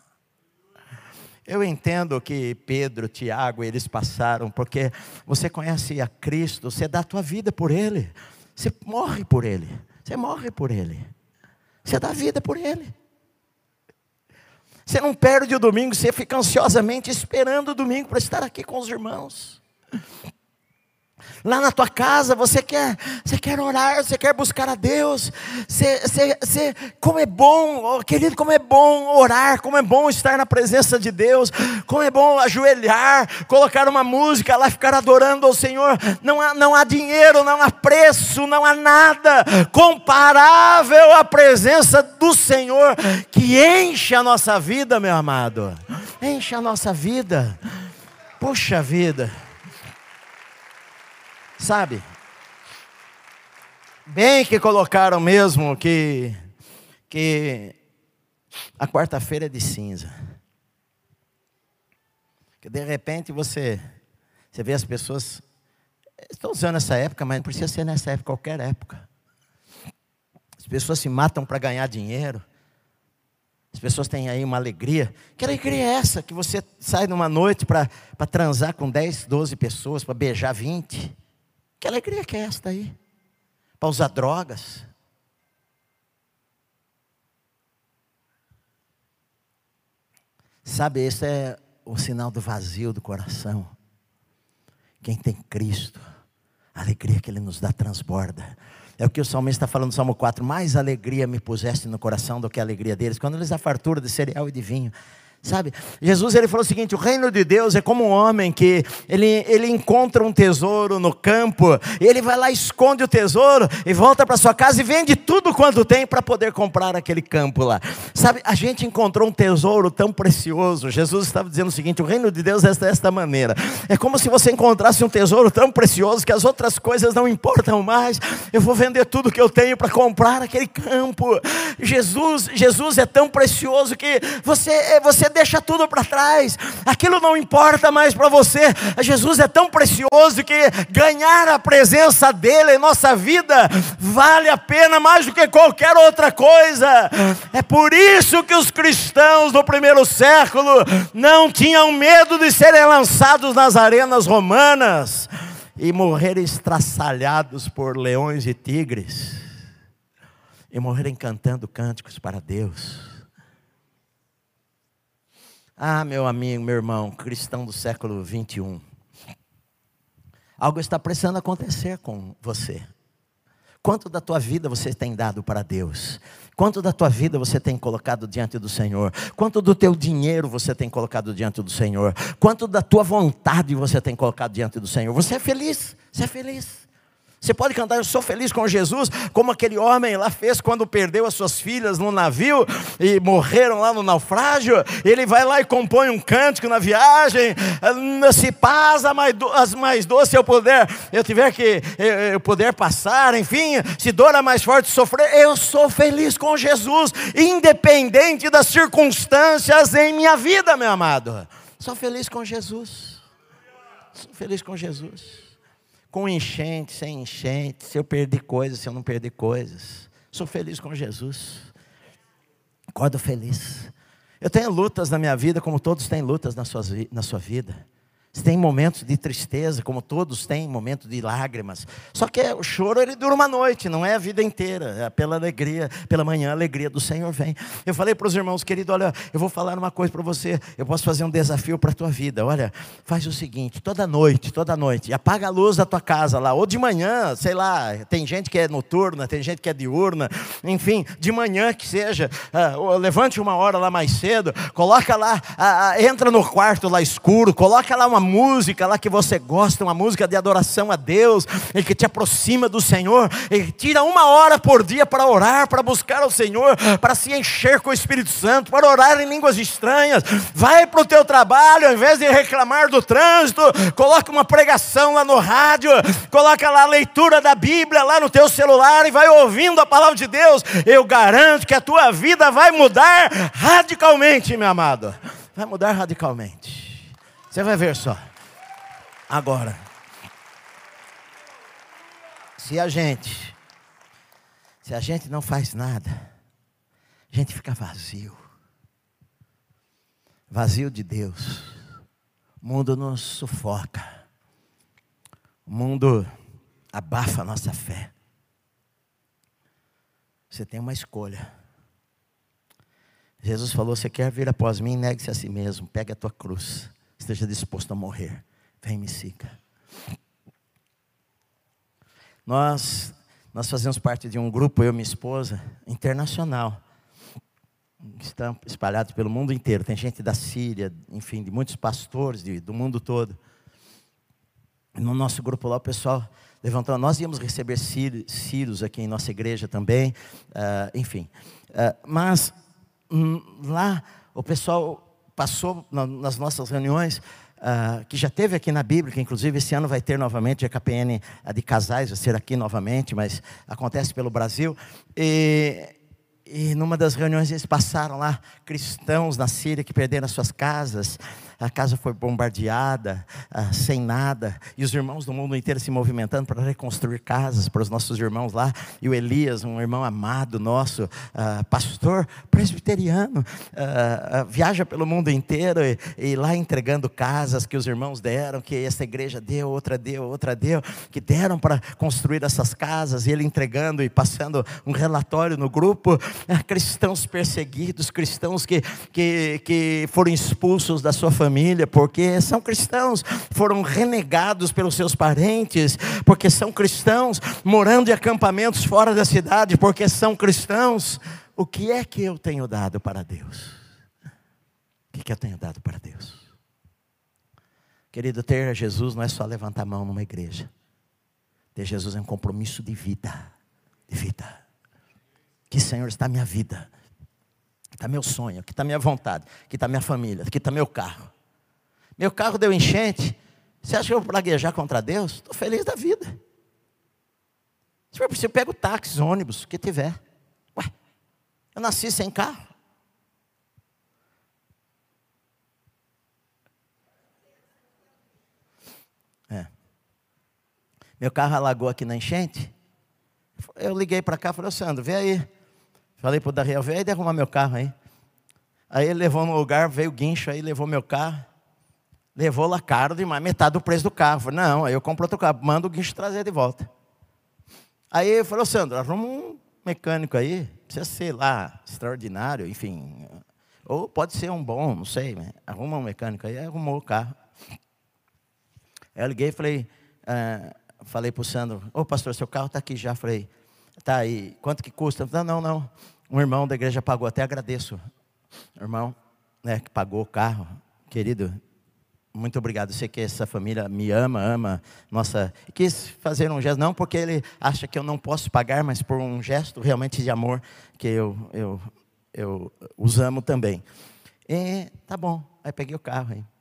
Eu entendo que Pedro, Tiago, eles passaram, porque você conhece a Cristo, você dá a tua vida por Ele, você morre por Ele, você morre por Ele. Você dá vida por Ele. Você não perde o domingo, você fica ansiosamente esperando o domingo para estar aqui com os irmãos. Lá na tua casa, você quer orar, você quer buscar a Deus. Como é bom, querido, como é bom orar, como é bom estar na presença de Deus, como é bom ajoelhar, colocar uma música lá, ficar adorando ao Senhor. Não há dinheiro, não há preço, não há nada comparável à presença do Senhor, que enche a nossa vida, meu amado. Enche a nossa vida. Puxa vida. Sabe, bem que colocaram mesmo que a quarta-feira é de cinza. Que de repente você vê as pessoas, estão usando essa época, mas não precisa ser nessa época, qualquer época. As pessoas se matam para ganhar dinheiro. As pessoas têm aí uma alegria. Que alegria é essa? Que você sai numa noite para transar com 10, 12 pessoas, para beijar 20. Que alegria que é esta aí? Para usar drogas? Sabe, esse é o sinal do vazio do coração. Quem tem Cristo, a alegria que Ele nos dá transborda. É o que o salmista está falando no Salmo 4. Mais alegria me puseste no coração do que a alegria deles, quando eles dão fartura de cereal e de vinho. Sabe, Jesus ele falou o seguinte: o reino de Deus é como um homem que ele encontra um tesouro no campo, e ele vai lá, esconde o tesouro e volta para sua casa e vende tudo quanto tem para poder comprar aquele campo lá. Sabe, a gente encontrou um tesouro tão precioso. Jesus estava dizendo o seguinte: o reino de Deus é desta maneira. É como se você encontrasse um tesouro tão precioso que as outras coisas não importam mais. Eu vou vender tudo que eu tenho para comprar aquele campo. Jesus é tão precioso que você deixa tudo para trás, aquilo não importa mais para você. Jesus é tão precioso que ganhar a presença dele em nossa vida vale a pena mais do que qualquer outra coisa. É por isso que os cristãos do primeiro século não tinham medo de serem lançados nas arenas romanas e morrerem estraçalhados por leões e tigres, e morrerem cantando cânticos para Deus. Ah, meu amigo, meu irmão, cristão do século 21, algo está precisando acontecer com você. Quanto da tua vida você tem dado para Deus? Quanto da tua vida você tem colocado diante do Senhor? Quanto do teu dinheiro você tem colocado diante do Senhor? Quanto da tua vontade você tem colocado diante do Senhor? Você é feliz? Você é feliz? Você pode cantar, eu sou feliz com Jesus, como aquele homem lá fez quando perdeu as suas filhas no navio e morreram lá no naufrágio. Ele vai lá e compõe um cântico na viagem: se paz as mais doce eu tiver que eu poder passar, enfim, se dor a mais forte sofrer, eu sou feliz com Jesus, independente das circunstâncias em minha vida, meu amado. Sou feliz com Jesus. Sou feliz com Jesus. Com enchente, sem enchente, se eu perder coisas, se eu não perder coisas. Sou feliz com Jesus. Acordo feliz. Eu tenho lutas na minha vida, como todos têm lutas na sua vida. Você tem momentos de tristeza, como todos têm momentos de lágrimas. Só que o choro, ele dura uma noite, não é a vida inteira. É pela alegria, pela manhã a alegria do Senhor vem. Eu falei para os irmãos, querido, olha, eu vou falar uma coisa para você. Eu posso fazer um desafio para a tua vida. Olha, faz o seguinte, toda noite, apaga a luz da tua casa lá. Ou de manhã, sei lá, tem gente que é noturna, tem gente que é diurna. Enfim, de manhã que seja, levante uma hora lá mais cedo. Coloca lá, entra no quarto lá escuro, coloca lá uma música lá que você gosta, uma música de adoração a Deus, e que te aproxima do Senhor, e tira uma hora por dia para orar, para buscar ao Senhor, para se encher com o Espírito Santo, para orar em línguas estranhas. Vai para o teu trabalho, ao invés de reclamar do trânsito, coloca uma pregação lá no rádio, coloca lá a leitura da Bíblia lá no teu celular, e vai ouvindo a palavra de Deus. Eu garanto que a tua vida vai mudar radicalmente, meu amado, vai mudar radicalmente. Você vai ver só. Agora, se a gente não faz nada, a gente fica vazio. Vazio de Deus. O mundo nos sufoca. O mundo abafa a nossa fé. Você tem uma escolha. Jesus falou, você quer vir após mim? Negue-se a si mesmo, pegue a tua cruz. Esteja disposto a morrer. Vem, me siga. Nós fazemos parte de um grupo, eu e minha esposa, internacional. Estão espalhados pelo mundo inteiro. Tem gente da Síria, enfim, de muitos pastores do mundo todo. No nosso grupo lá, o pessoal levantou. Nós íamos receber sírios aqui em nossa igreja também. Enfim. Mas lá, o pessoal passou nas nossas reuniões, que já teve aqui na Bíblia, que inclusive esse ano vai ter novamente, a KPN de casais, vai ser aqui novamente, mas acontece pelo Brasil. E numa das reuniões eles passaram lá, cristãos na Síria que perderam as suas casas. A casa foi bombardeada, sem nada. E os irmãos do mundo inteiro se movimentando para reconstruir casas para os nossos irmãos lá. E o Elias, um irmão amado nosso, pastor presbiteriano, viaja pelo mundo inteiro e lá entregando casas que os irmãos deram, que essa igreja deu, outra deu, que deram para construir essas casas. E ele entregando e passando um relatório no grupo. Cristãos perseguidos, cristãos que foram expulsos da sua família, porque são cristãos, foram renegados pelos seus parentes, porque são cristãos, morando em acampamentos fora da cidade, porque são cristãos. O que é que eu tenho dado para Deus? O que eu tenho dado para Deus? Querido, ter Jesus não é só levantar a mão numa igreja. Ter Jesus é um compromisso de vida, de vida. Que, Senhor, está a minha vida, aqui está meu sonho, aqui está minha vontade, aqui está minha família, aqui está meu carro. Meu carro deu enchente. Você acha que eu vou praguejar contra Deus? Estou feliz da vida. Se for preciso, eu pego táxi, ônibus, o que tiver. Ué, eu nasci sem carro. Meu carro alagou aqui na enchente. Eu liguei para cá e falei, ô Sandro, vem aí. Falei para o Dariel, vem aí de arrumar meu carro aí. Aí ele levou no lugar, veio o guincho aí, levou meu carro. Levou lá caro demais, metade do preço do carro. Falei, não, aí eu compro outro carro, manda o guincho trazer de volta. Aí ele falou, Sandro, arruma um mecânico aí, precisa ser lá extraordinário, enfim. Ou pode ser um bom, não sei, né? Arruma um mecânico aí, arrumou o carro. Aí eu liguei e falei para o Sandro, ô pastor, seu carro está aqui já. Falei, tá aí, quanto que custa? Não. Um irmão da igreja pagou, até agradeço. Irmão, né, que pagou o carro, querido, muito obrigado. Sei que essa família me ama, nossa, quis fazer um gesto, não porque ele acha que eu não posso pagar, mas por um gesto realmente de amor, que eu os amo também. E tá bom, aí peguei o carro aí.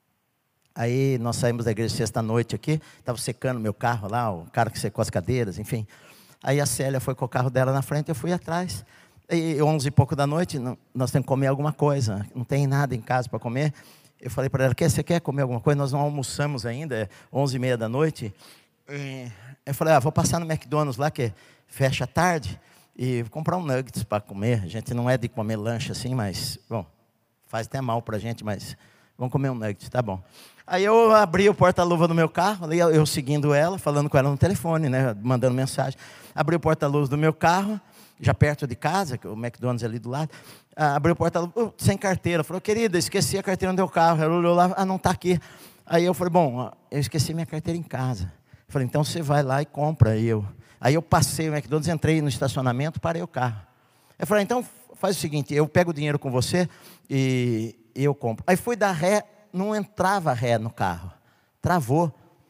Aí nós saímos da igreja sexta-noite aqui, estava secando meu carro lá, o cara que secou as cadeiras, enfim. Aí a Célia foi com o carro dela na frente, eu fui atrás. E 11 e pouco da noite, nós temos que comer alguma coisa, não tem nada em casa para comer. Eu falei para ela, você quer comer alguma coisa? Nós não almoçamos ainda, é 11h30 da noite. Eu falei, vou passar no McDonald's lá, que fecha tarde, e vou comprar um nuggets para comer. A gente não é de comer lanche assim, mas, bom, faz até mal para a gente, mas vamos comer um nuggets, tá bom. Aí eu abri o porta-luva do meu carro, eu seguindo ela, falando com ela no telefone, né, mandando mensagem. Abri o porta-luvas do meu carro, já perto de casa, o McDonald's ali do lado. Abri o porta-luva, sem carteira. Falou, querida, esqueci a carteira no teu carro. Ela olhou lá, não está aqui. Aí eu falei, bom, eu esqueci minha carteira em casa. Falei, então você vai lá e compra. Aí eu passei o McDonald's, entrei no estacionamento, parei o carro. Eu falei, então faz o seguinte, eu pego o dinheiro com você e eu compro. Aí fui dar ré, não entrava ré no carro, travou.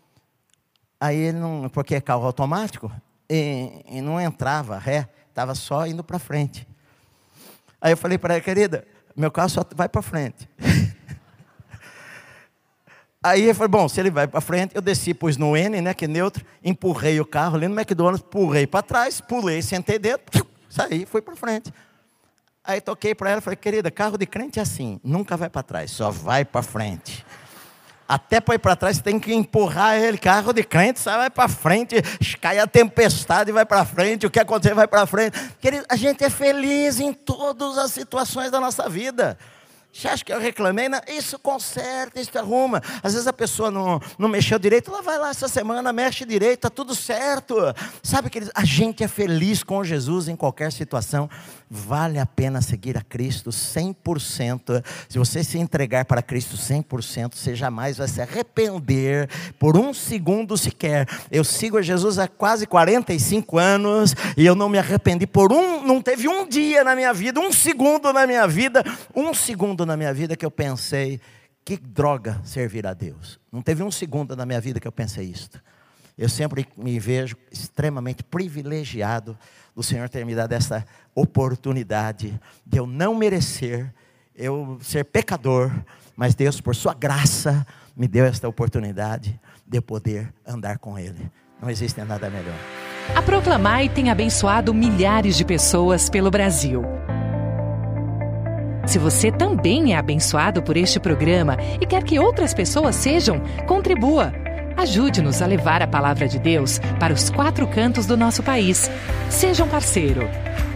Aí ele não, porque é carro automático, e não entrava ré, estava só indo para frente. Aí eu falei para ela, querida, meu carro só vai para frente. Aí ele falou, bom, se ele vai para frente, eu desci, pus no N, né, que é neutro, empurrei o carro ali no McDonald's, empurrei para trás, pulei, sentei dentro, saí, fui para frente. Aí toquei para ela, falei, querida, carro de crente é assim, nunca vai para trás, só vai para frente. Até para ir para trás, você tem que empurrar ele. Carro de crente, só vai para frente, cai a tempestade, vai para frente, o que acontecer vai para frente. Querido, a gente é feliz em todas as situações da nossa vida. Você acha que eu reclamei? Não, isso conserta, isso arruma. Às vezes a pessoa não mexeu direito, ela vai lá essa semana, mexe direito, está tudo certo. Sabe, queridos, a gente é feliz com Jesus em qualquer situação. Vale a pena seguir a Cristo 100%. Se você se entregar para Cristo 100%, você jamais vai se arrepender por um segundo sequer. Eu sigo a Jesus há quase 45 anos e eu não me arrependi não teve um dia na minha vida, um segundo na minha vida que eu pensei, que droga servir a Deus. Não teve um segundo na minha vida que eu pensei isto. Eu sempre me vejo extremamente privilegiado do Senhor ter me dado essa oportunidade de eu não merecer, eu ser pecador, mas Deus, por sua graça, me deu esta oportunidade de eu poder andar com Ele. Não existe nada melhor. A Proclamai tem abençoado milhares de pessoas pelo Brasil. Se você também é abençoado por este programa e quer que outras pessoas sejam, contribua. Ajude-nos a levar a palavra de Deus para os 4 cantos do nosso país. Seja um parceiro.